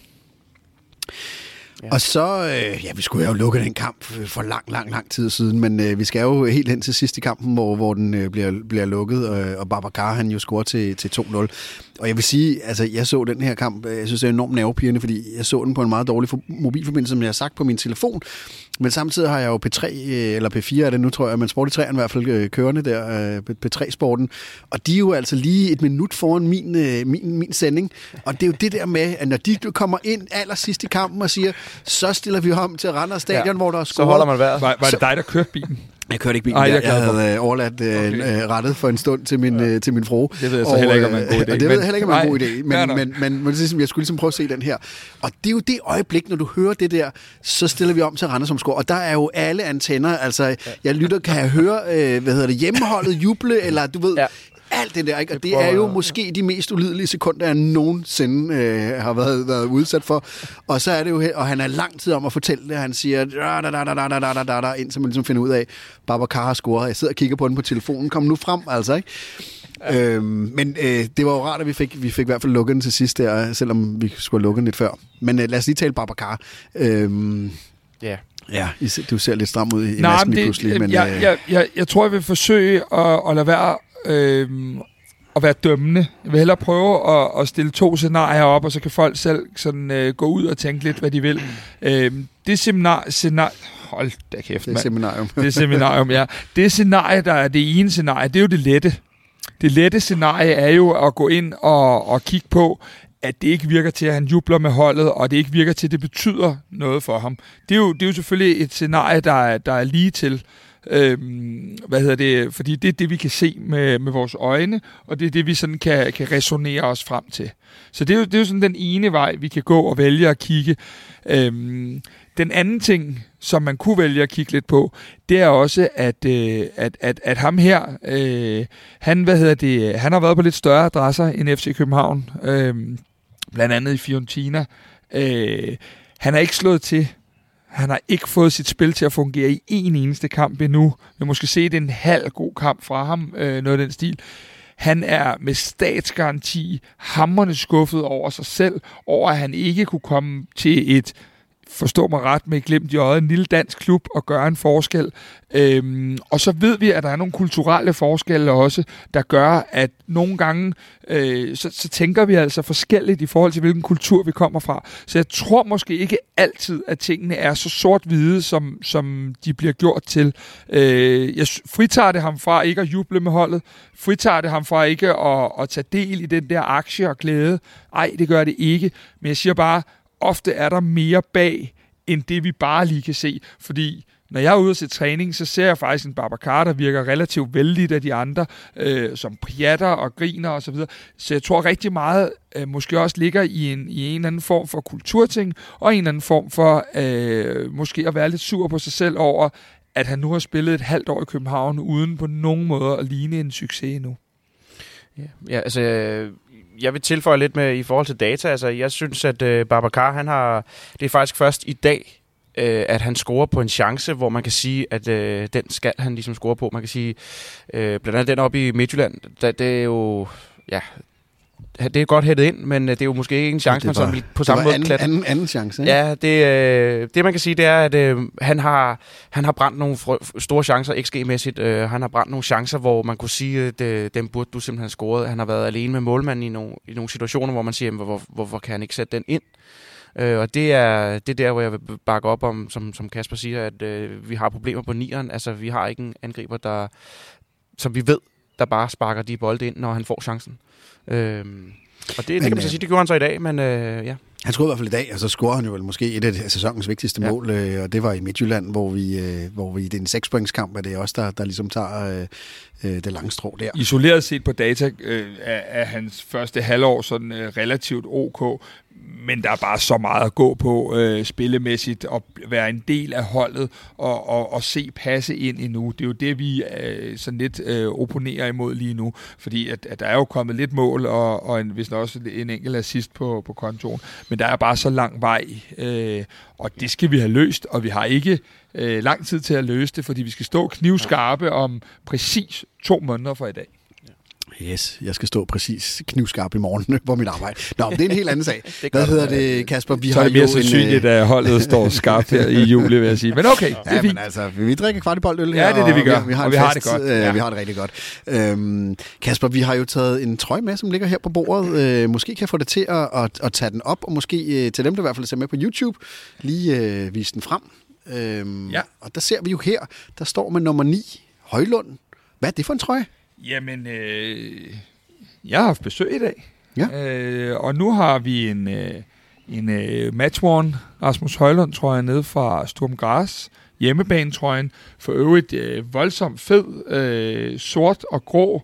Ja. Og så, øh, ja, vi skulle jo lukke den kamp for lang, lang, lang tid siden, men øh, vi skal jo helt hen til sidst i kampen, hvor, hvor den øh, bliver, bliver lukket, øh, og Babacar, han jo scorer til, til to nul. Og jeg vil sige, altså, jeg så den her kamp, jeg synes, det er enormt nervepirrende, fordi jeg så den på en meget dårlig mobilforbindelse, som jeg har sagt på min telefon, men samtidig har jeg jo P tre, eller P fire er det nu, tror jeg, men Sport i treeren i hvert fald øh, kørende der, øh, P tre-sporten, og de er jo altså lige et minut foran min, øh, min, min sending, og det er jo det der med, at når de kommer ind allersidst i kampen og siger, så stiller vi om til Randers Stadion, ja. Hvor der er scoret. Så holder man vejret. Var, var det dig, der kørte bilen? Jeg kørte ikke bilen. Ej, jeg, jeg, jeg havde øh, overladt øh, okay. rettet for en stund til min, øh, til min frue. Det ved jeg så og, heller ikke, om en god idé. Og det ved jeg heller ikke, om en god idé. Men, ja, men, men, men, men ligesom, jeg skulle ligesom prøve at se den her. Og det er jo det øjeblik, når du hører det der, så stiller vi om til Randers som scorer. Og der er jo alle antenner. Altså, jeg lytter, kan jeg høre, øh, hvad hedder det, hjemmeholdet juble, eller du ved... Ja. Alt det der, ikke? Og det er jo måske de mest ulidelige sekunder, jeg nogensinde øh, har været, været udsat for. Og så er det jo, og han er lang tid om at fortælle det, han siger, da, da, da, da, da, da, da, da, indtil man ligesom finder ud af, Babacar har scoret. Jeg sidder og kigger på den på telefonen, kom nu frem, altså, ikke? Ja. Øhm, men øh, det var jo rart, at vi fik, vi fik i hvert fald lukket den til sidst der, selvom vi skulle lukke den lidt før. Men øh, lad os lige tale Babacar. Øhm, ja. Ja, du ser lidt stram ud i masken lige pludselig. Men, jeg, øh, jeg, jeg, jeg tror, jeg vil forsøge at, at lade være... Øh, at være dømmende. Jeg vil hellere prøve at, at stille to scenarier op, og så kan folk selv sådan, øh, gå ud og tænke lidt, hvad de vil. Øh, det seminar... scenar- Hold da kæft, mand. Det seminarium. Det seminarium, ja. Det scenarie, der er det ene scenarie, det er jo det lette. Det lette scenarie er jo at gå ind og, og kigge på, at det ikke virker til, at han jubler med holdet, og det ikke virker til, at det betyder noget for ham. Det er jo, det er jo selvfølgelig et scenarie, der er, der er lige til. Øhm, hvad hedder det? Fordi det er det, vi kan se med, med vores øjne, og det er det, vi sådan kan, kan resonere os frem til. Så det er, jo, det er jo sådan den ene vej, vi kan gå og vælge at kigge. Øhm, den anden ting, som man kunne vælge at kigge lidt på, det er også, at, øh, at, at, at ham her, øh, han, hvad hedder det, han har været på lidt større adresser end F C København, øh, blandt andet i Fiorentina. Øh, han er ikke slået til. Han har ikke fået sit spil til at fungere i en eneste kamp endnu. Vi måske se, det en halv god kamp fra ham, øh, noget af den stil. Han er med statsgaranti hamrende skuffet over sig selv, over at han ikke kunne komme til et, forstå mig ret, med et glimt i øjet, en lille dansk klub og gøre en forskel. Øhm, og så ved vi, at der er nogle kulturelle forskelle også, der gør, at nogle gange, øh, så, så tænker vi altså forskelligt i forhold til, hvilken kultur vi kommer fra. Så jeg tror måske ikke altid, at tingene er så sort-hvide, som, som de bliver gjort til. Øh, jeg fritager det ham fra ikke at juble med holdet, fritager det ham fra ikke at, at tage del i den der aktie og glæde. Ej, det gør det ikke. Men jeg siger bare, ofte er der mere bag, end det vi bare lige kan se. Fordi når jeg er ude og se træning, så ser jeg faktisk en Babacar, der virker relativt vældigt af de andre, øh, som pjatter og griner osv. Så, videre. Så jeg tror rigtig meget, øh, måske også ligger i en, i en eller anden form for kulturting, og en eller anden form for øh, måske at være lidt sur på sig selv over, at han nu har spillet et halvt år i København, uden på nogen måde at ligne en succes endnu. Ja, ja altså... Jeg vil tilføje lidt med i forhold til data. Altså, jeg synes, at øh, Babacar, han har... Det er faktisk først i dag, øh, at han scorer på en chance, hvor man kan sige, at øh, den skal han ligesom score på. Man kan sige, øh, blandt andet den oppe i Midtjylland, der, det er jo... Ja, det er godt hættet ind, men det er jo måske ikke en chance, man sådan på samme måde anden, anden, anden chance, ikke? Ja, det, øh, det man kan sige, det er, at øh, han, har, han har brændt nogle fr- store chancer, X G-mæssigt. Øh, han har brændt nogle chancer, hvor man kunne sige, at øh, dem burde du simpelthen have scoret. Han har været alene med målmanden i nogle, i nogle situationer, hvor man siger, hvor, hvor, hvorfor kan han ikke sætte den ind? Øh, og det er, det er der, hvor jeg vil bakke op om, som, som Kasper siger, at øh, vi har problemer på nieren. Altså, vi har ikke en angriber, der, som vi ved, der bare sparker de bolde ind, når han får chancen. Øhm, og det, men, det kan man så sige, det gjorde han så i dag, men øh, ja. Han scorede i hvert fald i dag, og så scorede han jo vel måske et af sæsonens vigtigste ja. mål, øh, og det var i Midtjylland, hvor vi, øh, hvor vi det er en sekspointskamp, og det er også der, der ligesom tager øh, det lange strå der. Isoleret set på data øh, er, er hans første halvår sådan øh, relativt ok, men der er bare så meget at gå på øh, spillemæssigt, og være en del af holdet, og, og, og se passe ind endnu. Det er jo det, vi øh, sådan lidt øh, opponerer imod lige nu, fordi at, at der er jo kommet lidt mål, og, og en, hvis også en enkelt assist på, på kontoen, men der er bare så lang vej, øh, og det skal vi have løst, og vi har ikke øh, lang tid til at løse det, fordi vi skal stå knivskarpe om præcis to måneder fra i dag. Yes, jeg skal stå præcis knivskarp i morgen på mit arbejde. Nå, det er en helt anden sag. Hvad hedder det, Kasper? Vi så har er det mere jo sandsynligt, en, at holdet står skarpt her i juli, vil jeg sige. Men okay, det er ja, fint. men altså, vi drikker kvartiboldøl her. Ja, det er det, vi gør. Og vi, vi har, og vi fest, har det godt. Øh, Ja. Vi har det rigtig godt. Øhm, Kasper, vi har jo taget en trøje med, som ligger her på bordet. Øh, måske kan jeg få det til at, at, at tage den op, og måske øh, til dem, der i hvert fald ser med på YouTube, lige øh, vise den frem. Øhm, Ja. Og der ser vi jo her, der står med nummer ni, Højlund. Hvad er det for en trøje? Jamen, øh, jeg har haft besøg i dag. Ja. Øh, og nu har vi en, øh, en øh, matchworn Rasmus Højlund, tror jeg, nede fra Sturm Graz. Hjemmebanetrøjen. For øvrigt øh, voldsomt fed, øh, sort og grå.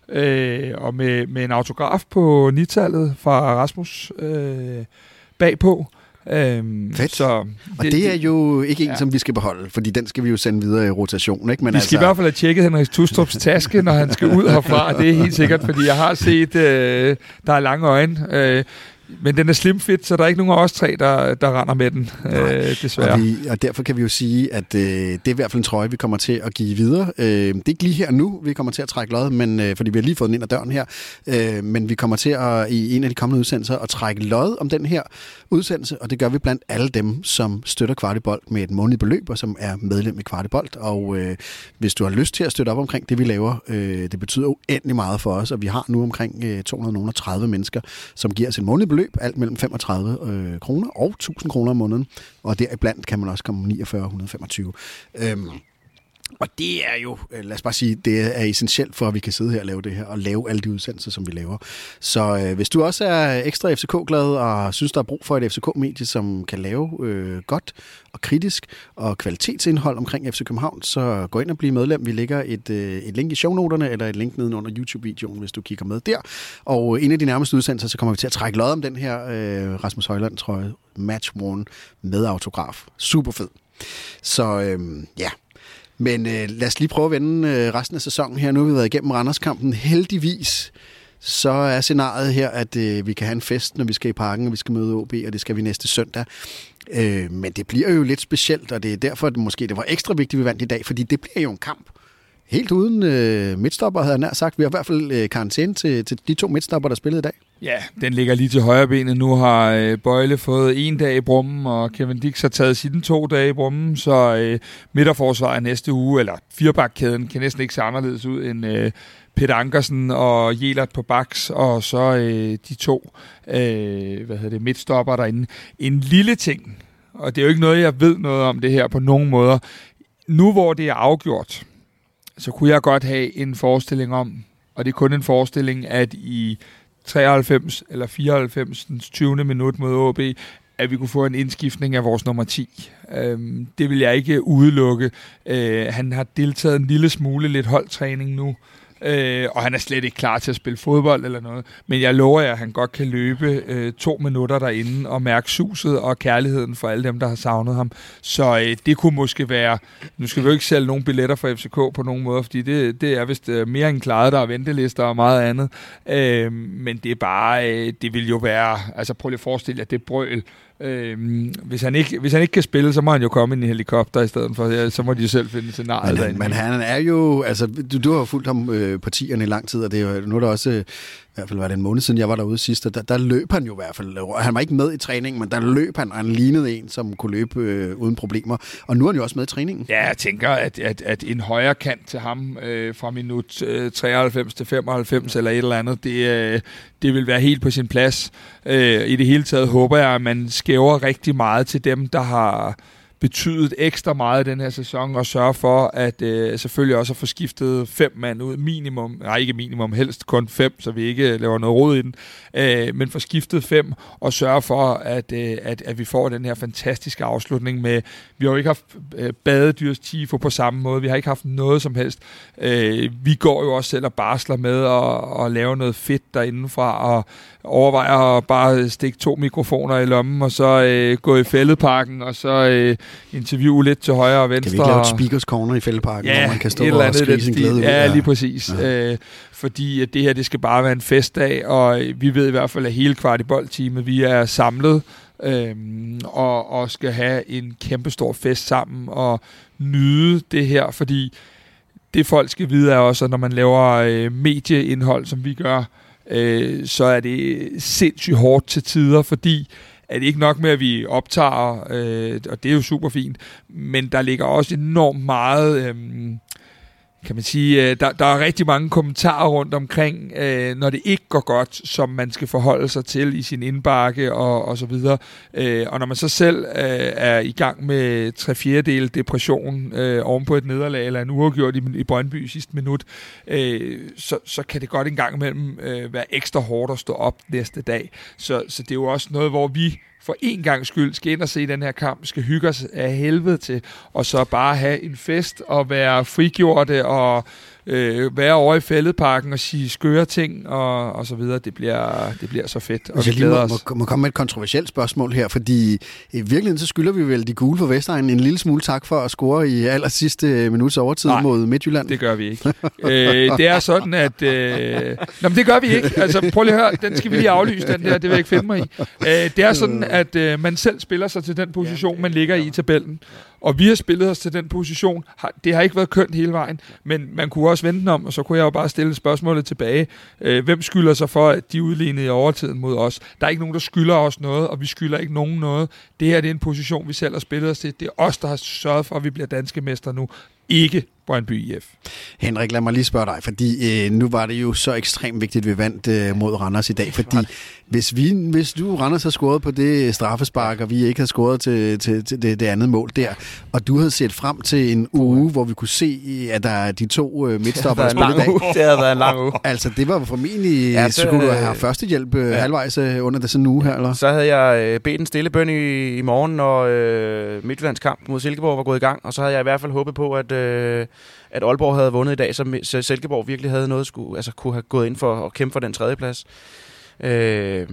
Øh, og med, med en autograf på nitallet fra Rasmus øh, bagpå. Øhm, Fedt. Så Og det, det er jo ikke en, ja. som vi skal beholde, fordi den skal vi jo sende videre i rotation, ikke? Men vi skal altså, i hvert fald have tjekket Henrik Tustrups taske, når han skal ud herfra. Det er helt sikkert, fordi jeg har set, øh, der er lange øjne. Øh, men den er slim fit, så der er ikke nogen af os tre, der, der render med den, øh, desværre. Og, vi, og derfor kan vi jo sige, at øh, det er i hvert fald en trøje, vi kommer til at give videre. Øh, det er ikke lige her nu, vi kommer til at trække lod, men, øh, fordi vi har lige fået den ind ad døren her. Øh, men vi kommer til at i en af de kommende udsendelser at trække lod om den her udsendelse, og det gør vi blandt alle dem, som støtter Kvartibolt med et månedligt beløb, og som er medlem i Kvartibolt. Og øh, hvis du har lyst til at støtte op omkring det, vi laver, øh, det betyder uendelig meget for os, og vi har nu omkring øh, to hundrede og tredive mennesker, som giver os et månedligt beløb, alt mellem femogtredive øh, kroner og tusind kroner om måneden. Og deriblandt kan man også komme niogfyrre et hundrede og femogtyve. Øhm, og det er jo, lad os bare sige, det er essentielt for, at vi kan sidde her og lave det her, og lave alle de udsendelser, som vi laver. Så øh, hvis du også er ekstra F C K-glad, og synes, der er brug for et F C K-medie, som kan lave øh, godt og kritisk og kvalitetsindhold omkring F C København, så gå ind og bliv medlem. Vi lægger et, øh, et link i shownoterne, eller et link nedenunder YouTube-videoen, hvis du kigger med der. Og en af de nærmeste udsendelser, så kommer vi til at trække lod om den her øh, Rasmus Højlund, tror jeg, match-worn med autograf. Super fed. Så øh, ja. Men øh, lad os lige prøve at vende øh, resten af sæsonen her. Nu har vi været igennem Randerskampen. Heldigvis så er scenariet her, at øh, vi kan have en fest, når vi skal i parken, og vi skal møde O B, og det skal vi næste søndag. Øh, men det bliver jo lidt specielt, og det er derfor, at måske det var ekstra vigtigt, at vi vandt i dag, fordi det bliver jo en kamp. Helt uden øh, midtstopper, havde jeg nær sagt. Vi har i hvert fald øh, karantæne til, til de to midtstopper, der spillede i dag. Ja, den ligger lige til højre benet. Nu har øh, Bøjle fået en dag i Brummen, og Kevin Dix har taget sine to dage i Brummen, så øh, midterforsvaret næste uge, eller firebakkæden, kan næsten ikke se anderledes ud end øh, Peter Ankersen og Jelert på baks, og så øh, de to øh, hvad hedder det, midtstopper derinde. En lille ting, og det er jo ikke noget, jeg ved noget om det her på nogen måder. Nu hvor det er afgjort, så kunne jeg godt have en forestilling om, og det er kun en forestilling, at i treoghalvfems eller fireoghalvfems tyvende minut mod O B, at vi kunne få en indskiftning af vores nummer ti. Øhm, det vil jeg ikke udelukke. Øh, han har deltaget en lille smule lidt holdtræning nu, øh, og han er slet ikke klar til at spille fodbold eller noget. Men jeg lover jer, at han godt kan løbe øh, to minutter derinde og mærke suset og kærligheden for alle dem, der har savnet ham. Så øh, det kunne måske være... Nu skal vi jo ikke sælge nogen billetter for F C K på nogen måde, fordi det, det er vist øh, mere end klaret, der er ventelister og meget andet. Øh, men det er bare... Øh, det vil jo være... Altså prøv lige at forestille jer, det brøl. Øhm, hvis, han ikke, hvis han ikke kan spille, så må han jo komme i en helikopter i stedet for. Ja, så må de jo selv finde scenariet. Men, men han er jo... Altså, du, du har jo fulgt ham øh, partierne i lang tid, og det er jo, nu er der også... Øh, I hvert fald var det en måned siden, jeg var derude sidst, og der, der løb han jo i hvert fald. Han var ikke med i træningen, men der løb han, og han lignede en, som kunne løbe øh, uden problemer. Og nu er han jo også med i træningen. Ja, jeg tænker, at, at, at en højre kant til ham øh, fra minut øh, treoghalvfems til femoghalvfems eller et eller andet, det, øh, det vil være helt på sin plads. Øh, I det hele taget håber jeg, at man skæver rigtig meget til dem, der har betydet ekstra meget i den her sæson, og sørge for, at øh, selvfølgelig også at få skiftet fem mand ud, minimum, nej ikke minimum, helst kun fem, så vi ikke laver noget rod i den, øh, men få skiftet fem, og sørge for, at, øh, at, at vi får den her fantastiske afslutning med, vi har jo ikke haft øh, badedyrs tifo på samme måde, vi har ikke haft noget som helst. Øh, vi går jo også selv og barsler med at, at lave noget fedt derindefra, og overvejer at bare stikke to mikrofoner i lommen, og så øh, gå i Fælledparken, og så øh, interviewe lidt til højre og venstre. Kan vi ikke lave et speakers corner i Fælledparken, ja, hvor man kan stå og skrige sin glæde ud? Ja, lige præcis. Ja. Øh, fordi at det her, det skal bare være en festdag, og vi ved i hvert fald, at hele Kvartibolt-teamet, vi er samlet, øhm, og, og skal have en kæmpestor fest sammen, og nyde det her, fordi det folk skal vide er også, at når man laver øh, medieindhold, som vi gør, øh, så er det sindssygt hårdt til tider, fordi er det ikke nok med, at vi optager, øh, og det er jo super fint, men der ligger også enormt meget, øh, kan man sige, øh, der, der er rigtig mange kommentarer rundt omkring, øh, når det ikke går godt, som man skal forholde sig til i sin indbakke og, og så videre. Øh, og når man så selv øh, er i gang med tre fjerdedel depression øh, oven på et nederlag, eller en uafgjort i, i Brøndby i sidste minut, øh, så, så kan det godt en gang imellem øh, være ekstra hårdt at stå op næste dag. Så, så det er jo også noget, hvor vi for en gang skyld skal ind og se den her kamp, skal hygge os af helvede til, og så bare have en fest og være frigjorte og øh, være over i Fælledparken og sige skøre ting og, og så videre. Det bliver, det bliver så fedt, og vi glæder os. Jeg må, må komme med et kontroversielt spørgsmål her, fordi i virkeligheden så skylder vi vel de gule for Vestegnen en lille smule tak for at score i aller sidste minuts overtid Nej, mod Midtjylland. det gør vi ikke. øh, det er sådan, at... Øh, nå, men det gør vi ikke. Altså, prøv lige at høre, den skal vi lige aflyse, den der, det vil jeg ikke finde mig i. Øh, det er sådan, at øh, man selv spiller sig til den position, man ligger i tabellen. Og vi har spillet os til den position. Det har ikke været kønt hele vejen, men man kunne også vente om, og så kunne jeg jo bare stille spørgsmålet tilbage. Øh, hvem skylder sig for, at de udlignede i overtiden mod os? Der er ikke nogen, der skylder os noget, og vi skylder ikke nogen noget. Det her det er en position, vi selv har spillet os til. Det er os, der har sørget for, at vi bliver danske mestre nu. Ikke Brøndby I F. Henrik, lad mig lige spørge dig, fordi øh, nu var det jo så ekstremt vigtigt, at vi vandt øh, mod Randers i dag, fordi hvis, vi, hvis du Randers har scoret på det straffespark, og vi ikke har scoret til, til, til det, det andet mål der, og du havde set frem til en uge, hvor vi kunne se, at der er de to øh, midtstopper der spiller i dag. Det havde været en lang uge. Altså, det var formentlig, ja, så, så kunne du have førstehjælp øh, ja. halvvejs øh, under det sådan en uge her, eller? Så havde jeg øh, bedt en stille bøn i, i morgen, når øh, Midtjyllands kamp mod Silkeborg var gået i gang, og så havde jeg i hvert fald håbet på, at øh, at Aalborg havde vundet i dag, så, så Silkeborg virkelig havde noget, skulle, altså kunne have gået ind for at kæmpe for den tredje plads. Øh,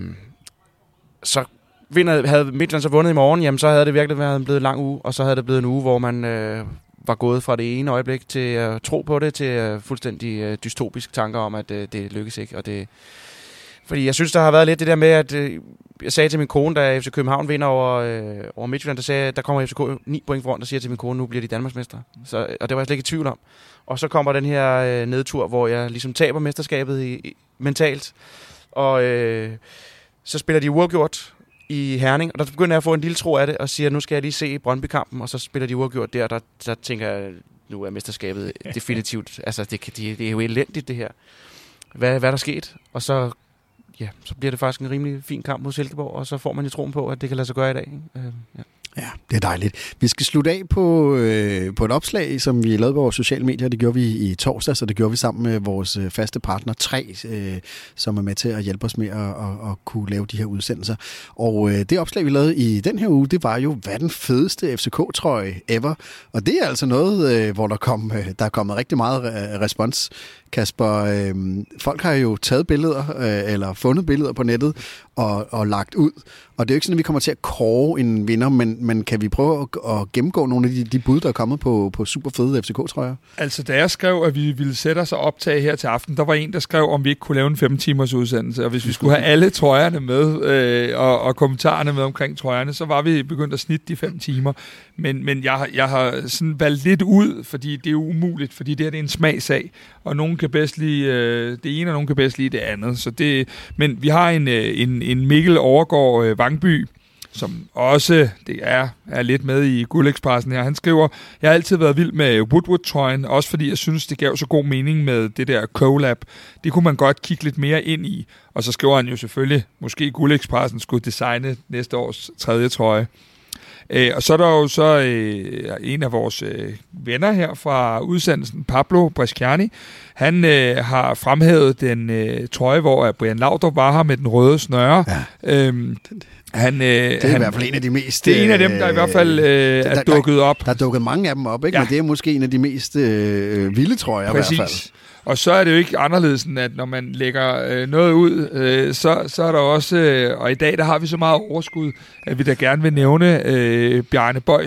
så vinder, havde Midtjylland så vundet i morgen, jamen så havde det virkelig været blevet en lang uge, og så havde det blevet en uge, hvor man øh, var gået fra det ene øjeblik til at tro på det, til øh, fuldstændig øh, dystopisk tanker om, at øh, det lykkes ikke. Og det, fordi jeg synes, der har været lidt det der med, at øh, jeg sagde til min kone, da F C København vinder over, øh, over Midtjylland, der sagde, der kommer F C K ni point foran, der siger til min kone, nu bliver de Danmarksmestre. Så, og det var jeg slet ikke i tvivl om. Og så kommer den her øh, nedtur, hvor jeg ligesom taber mesterskabet i, i, mentalt. Og øh, så spiller de uafgjort i Herning, og der begynder jeg at få en lille tro af det, og siger, nu skal jeg lige se Brøndby-kampen, og så spiller de uafgjort der, og der, der tænker jeg, nu er mesterskabet definitivt, altså det, det, det er jo elendigt det her. Hvad, hvad er der sket? Og så ja, så bliver det faktisk en rimelig fin kamp mod Silkeborg, og så får man jo troen på, at det kan lade sig gøre i dag. Øh, ja. Ja, det er dejligt. Vi skal slutte af på, øh, på et opslag, som vi lavede på vores sociale medier. Det gjorde vi i torsdag, så det gjorde vi sammen med vores faste partner tre, øh, som er med til at hjælpe os med at, at, at kunne lave de her udsendelser. Og øh, det opslag, vi lavede i den her uge, det var jo, hvad den fedeste F C K-trøje ever. Og det er altså noget, øh, hvor der, kom, øh, der er kommet rigtig meget øh, respons. Kasper, øh, folk har jo taget billeder, øh, eller fundet billeder på nettet, og, og lagt ud. Og det er jo ikke sådan, at vi kommer til at kåre en vinder, men, men kan vi prøve at, at gennemgå nogle af de, de bud, der er kommet på, på super fede F C K-trøjer? Altså, da jeg skrev, at vi ville sætte os og optage her til aften, der var en, der skrev, om vi ikke kunne lave en fem timers udsendelse. Og hvis vi skulle have alle trøjerne med, øh, og, og kommentarerne med omkring trøjerne, så var vi begyndt at snitte de fem timer. Men, men jeg, jeg har sådan valgt lidt ud, fordi det er umuligt, fordi det her det er en smagsag, og nogen kan bedst lide øh, det ene, og nogen kan bedst lide det andet. Så det, men vi har en, øh, en, en Mikkel Overgaard øh, Vangby, som også det er, er lidt med i Guldekspressen her. Han skriver, jeg har altid været vild med Woodward-trøjen, også fordi jeg synes, det gav så god mening med det der collab. Det kunne man godt kigge lidt mere ind i. Og så skriver han jo selvfølgelig, måske Guldekspressen skulle designe næste års tredje trøje. Øh, og så er der jo så øh, en af vores øh, venner her fra udsendelsen, Pablo Bresciani. Han øh, har fremhævet den øh, trøje, hvor Brian Laudrup var her med den røde snøre. Ja. Øhm, han, øh, det er han, i hvert fald en af de mest... Det er en af dem, der i hvert fald øh, er der, dukket op. Der, der er dukket mange af dem op, ikke? Ja. Men det er måske en af de mest øh, vilde trøjer. Præcis. I hvert fald. Og så er det jo ikke anderledes, end at når man lægger øh, noget ud, øh, så, så er der også, øh, og i dag der har vi så meget overskud, at vi da gerne vil nævne øh, Bjarne Bøjsen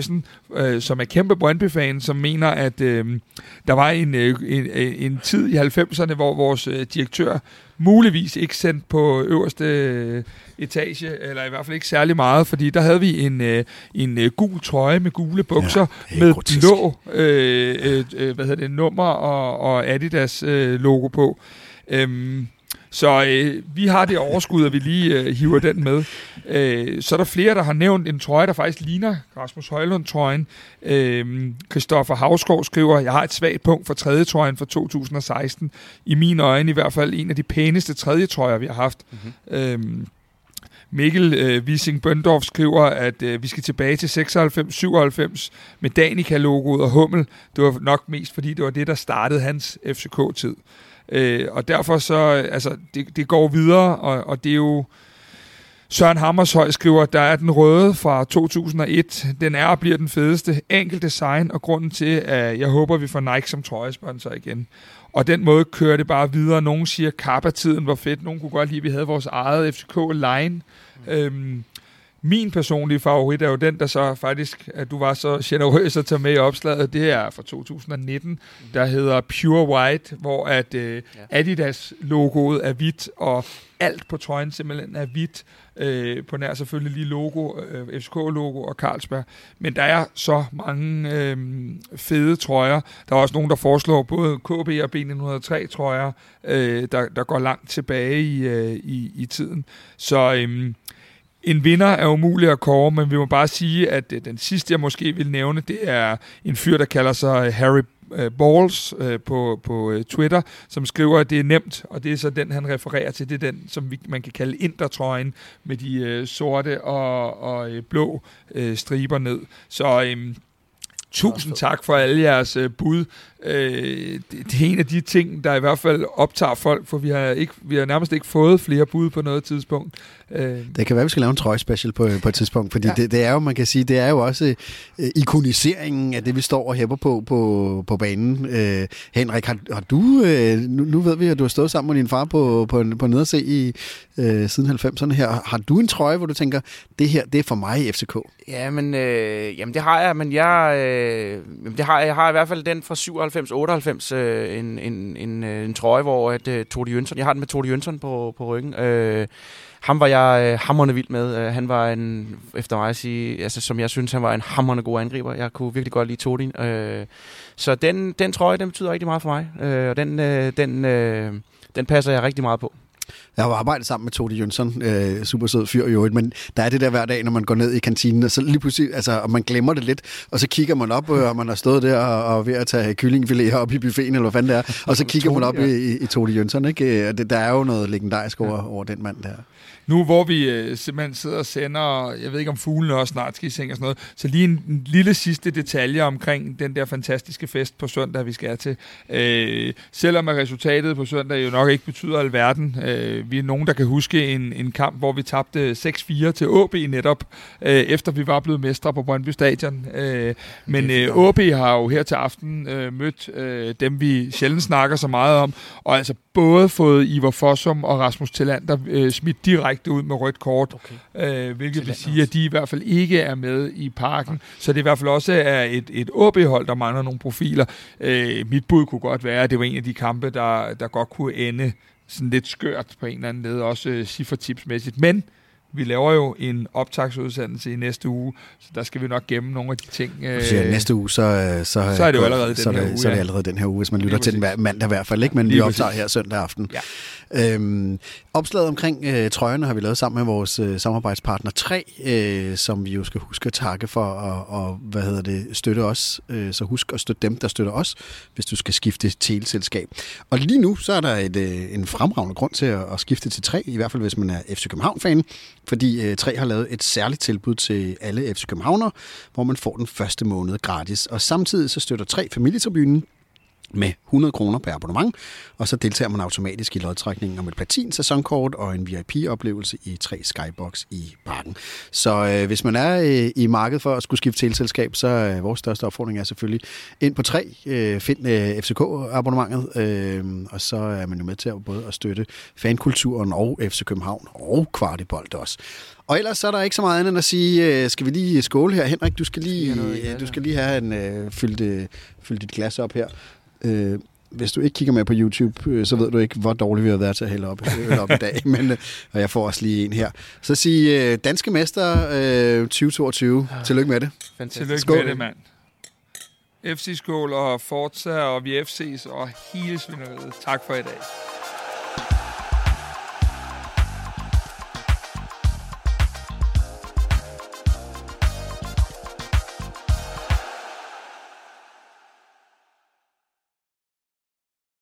øh, som er kæmpe Brøndby-fan, som mener, at øh, der var en, øh, en, en tid i halvfemserne, hvor vores øh, direktør muligvis ikke sendt på øverste øh, etage, eller i hvert fald ikke særlig meget, fordi der havde vi en, øh, en øh, gul trøje med gule bukser, ja, med grotesk. blå øh, øh, hvad hedder det, nummer og, og Adidas øh, logo på. Øhm, Så øh, vi har det overskud, at vi lige øh, hiver den med. Øh, så er der flere, der har nævnt en trøje, der faktisk ligner Rasmus Højlund-trøjen. Øh, Christoffer Havsgaard skriver, jeg har et svagt punkt for tredje trøjen for to tusind og seksten. I mine øjne i hvert fald en af de pæneste tredje trøjer, vi har haft. Mm-hmm. Øh, Mikkel øh, Wissing Bøndorf skriver, at øh, vi skal tilbage til seksoghalvfems syvoghalvfems med Danica-logoet og Hummel. Det var nok mest, fordi det var det, der startede hans F C K-tid. Øh, og derfor så, altså, det, det går videre, og, og det er jo, Søren Hammershøj skriver, der er den røde fra to tusind og et, den er og bliver den fedeste, enkel design, og grunden til, at jeg håber, vi får Nike som trøjesponsor igen. Og den måde kører det bare videre. Nogen siger, Kappa-tiden var fedt, nogen kunne godt lide, at vi havde vores eget F C K-line. Mm. Øhm, Min personlige favorit er jo den, der så faktisk, at du var så generøs at tage med i opslaget, det er fra to tusind og nitten, mm. der hedder Pure White, hvor at øh, Adidas-logoet er hvidt, og alt på trøjen simpelthen er hvidt, øh, på nær selvfølgelig lige logo, øh, F C K-logo og Carlsberg. Men der er så mange øh, fede trøjer. Der er også nogen, der foreslår både K B og B nitten hundrede og tre trøjer, øh, der, der går langt tilbage i, øh, i, i tiden. Så Øh, En vinder er umulig at kåre, men vi må bare sige, at den sidste, jeg måske vil nævne, det er en fyr, der kalder sig Harry Balls øh, på, på Twitter, som skriver, at det er nemt, og det er så den, han refererer til. Det er den, som vi, man kan kalde intertrøjen, med de øh, sorte og, og øh, blå øh, striber ned. Så øh, tusind tak for alle jeres øh, bud. Øh, det, det er en af de ting, der i hvert fald optager folk, for vi har, ikke, vi har nærmest ikke fået flere bud på noget tidspunkt. Øh. Det kan være, vi skal lave en trøjespecial på, på et tidspunkt, fordi ja. det, det er jo, man kan sige, det er jo også øh, ikoniseringen af det, vi står og hæpper på på, på banen. Øh, Henrik, har, har du, øh, nu, nu ved vi, at du har stået sammen med din far på, på, på nede at se i, øh, siden halvfemserne her. Har du en trøje, hvor du tænker, det her, det er for mig i F C K? Ja, men øh, jamen det har jeg, men jeg, øh, det har, jeg har i hvert fald den fra syvoghalvfems otteoghalvfems, øh, en, en, en, en trøje, hvor at, øh, Tode Jønsson, jeg har den med Tode Jønsson på, på ryggen. Øh, ham var jeg øh, hamrende vild med. Uh, han var en, efter mig at sige, altså, som jeg synes, han var en hamrende god angriber. Jeg kunne virkelig godt lide Tode. Uh, så den, den trøje, den betyder rigtig meget for mig. Uh, og den, uh, den, uh, den passer jeg rigtig meget på. Jeg har arbejdet sammen med Tode Jønsson, øh, super sød fyr i øvrigt, men der er det der hver dag, når man går ned i kantinen, og så lige pludselig, altså, og man glemmer det lidt, og så kigger man op, og man har stået der og, og ved at tage kyllingfilet op i buffeten, eller hvad fanden det er, og så kigger man op i, i, i Tode Jønsson, ikke? Det, der er jo noget legendarisk over, over den mand der. Nu hvor vi øh, simpelthen sidder og sender, jeg ved ikke om fuglene også snart skal i seng og sådan noget, så lige en, en lille sidste detalje omkring den der fantastiske fest på søndag, vi skal til. Øh, selvom at resultatet på søndag jo nok ikke betyder alverden. Øh, vi er nogen, der kan huske en, en kamp, hvor vi tabte seks fire til A B netop, øh, efter vi var blevet mestre på Brøndby Stadion. Øh, men øh, A B har jo her til aften øh, mødt øh, dem, vi sjældent snakker så meget om, og altså både fået Ivar Fossum og Rasmus Tillander øh, smidt direkte ud med rødt kort, okay. øh, hvilket vil sige, at de i hvert fald ikke er med i parken. Okay. Så det i hvert fald også er et, et A B-hold, der mangler nogle profiler. Øh, mit bud kunne godt være, at det var en af de kampe, der, der godt kunne ende sådan lidt skørt på en eller anden led, også øh, ciffertipsmæssigt. Men vi laver jo en optagsudsendelse i næste uge, så der skal vi nok gemme nogle af de ting. Øh, så ja, næste uge, så, så, så er det jo allerede så, den her det, uge. Så er det allerede den her uge, hvis man lytter til den mandag i hvert fald, ikke? Men vi optager her søndag aften. Ja. Øhm, opslaget omkring øh, trøjerne har vi lavet sammen med vores øh, samarbejdspartner tre, øh, som vi jo skal huske at takke for at og, hvad hedder det, støtte os. Øh, så husk at støtte dem, der støtter os, hvis du skal skifte teleselskab. Og lige nu, så er der et, øh, en fremragende grund til at, at skifte til tre, i hvert fald hvis man er F C København-fan, fordi øh, tre har lavet et særligt tilbud til alle F C Københavner, hvor man får den første måned gratis. Og samtidig så støtter tre Familietribunen, med hundrede kroner per abonnement, og så deltager man automatisk i lodtrækningen om et platin-sæsonkort og en V I P-oplevelse i tre Skybox i parken. Så øh, hvis man er øh, i markedet for at skulle skifte teleselskab, så øh, vores største opfordring er selvfølgelig ind på tre, øh, find øh, F C K-abonnementet, øh, og så er man jo med til at både at støtte fankulturen og F C København og Kvartibold også. Og ellers så er der ikke så meget andet end at sige, øh, skal vi lige skåle her? Henrik, du skal lige, øh, du skal lige have en øh, fyldt, øh, fyldt dit glas op her. Øh, hvis du ikke kigger med på YouTube, øh, så ved du ikke, hvor dårligt vi har været til at hælde op, øh, op i dag. Men, øh, og jeg får også lige en her. Så sig øh, danske mester øh, tyve toogtyve. Tillykke med det. Fantastisk. Tillykke Skål. med det, mand. F C Skål og Forza og vi F C's og hele svineriet. Tak for i dag.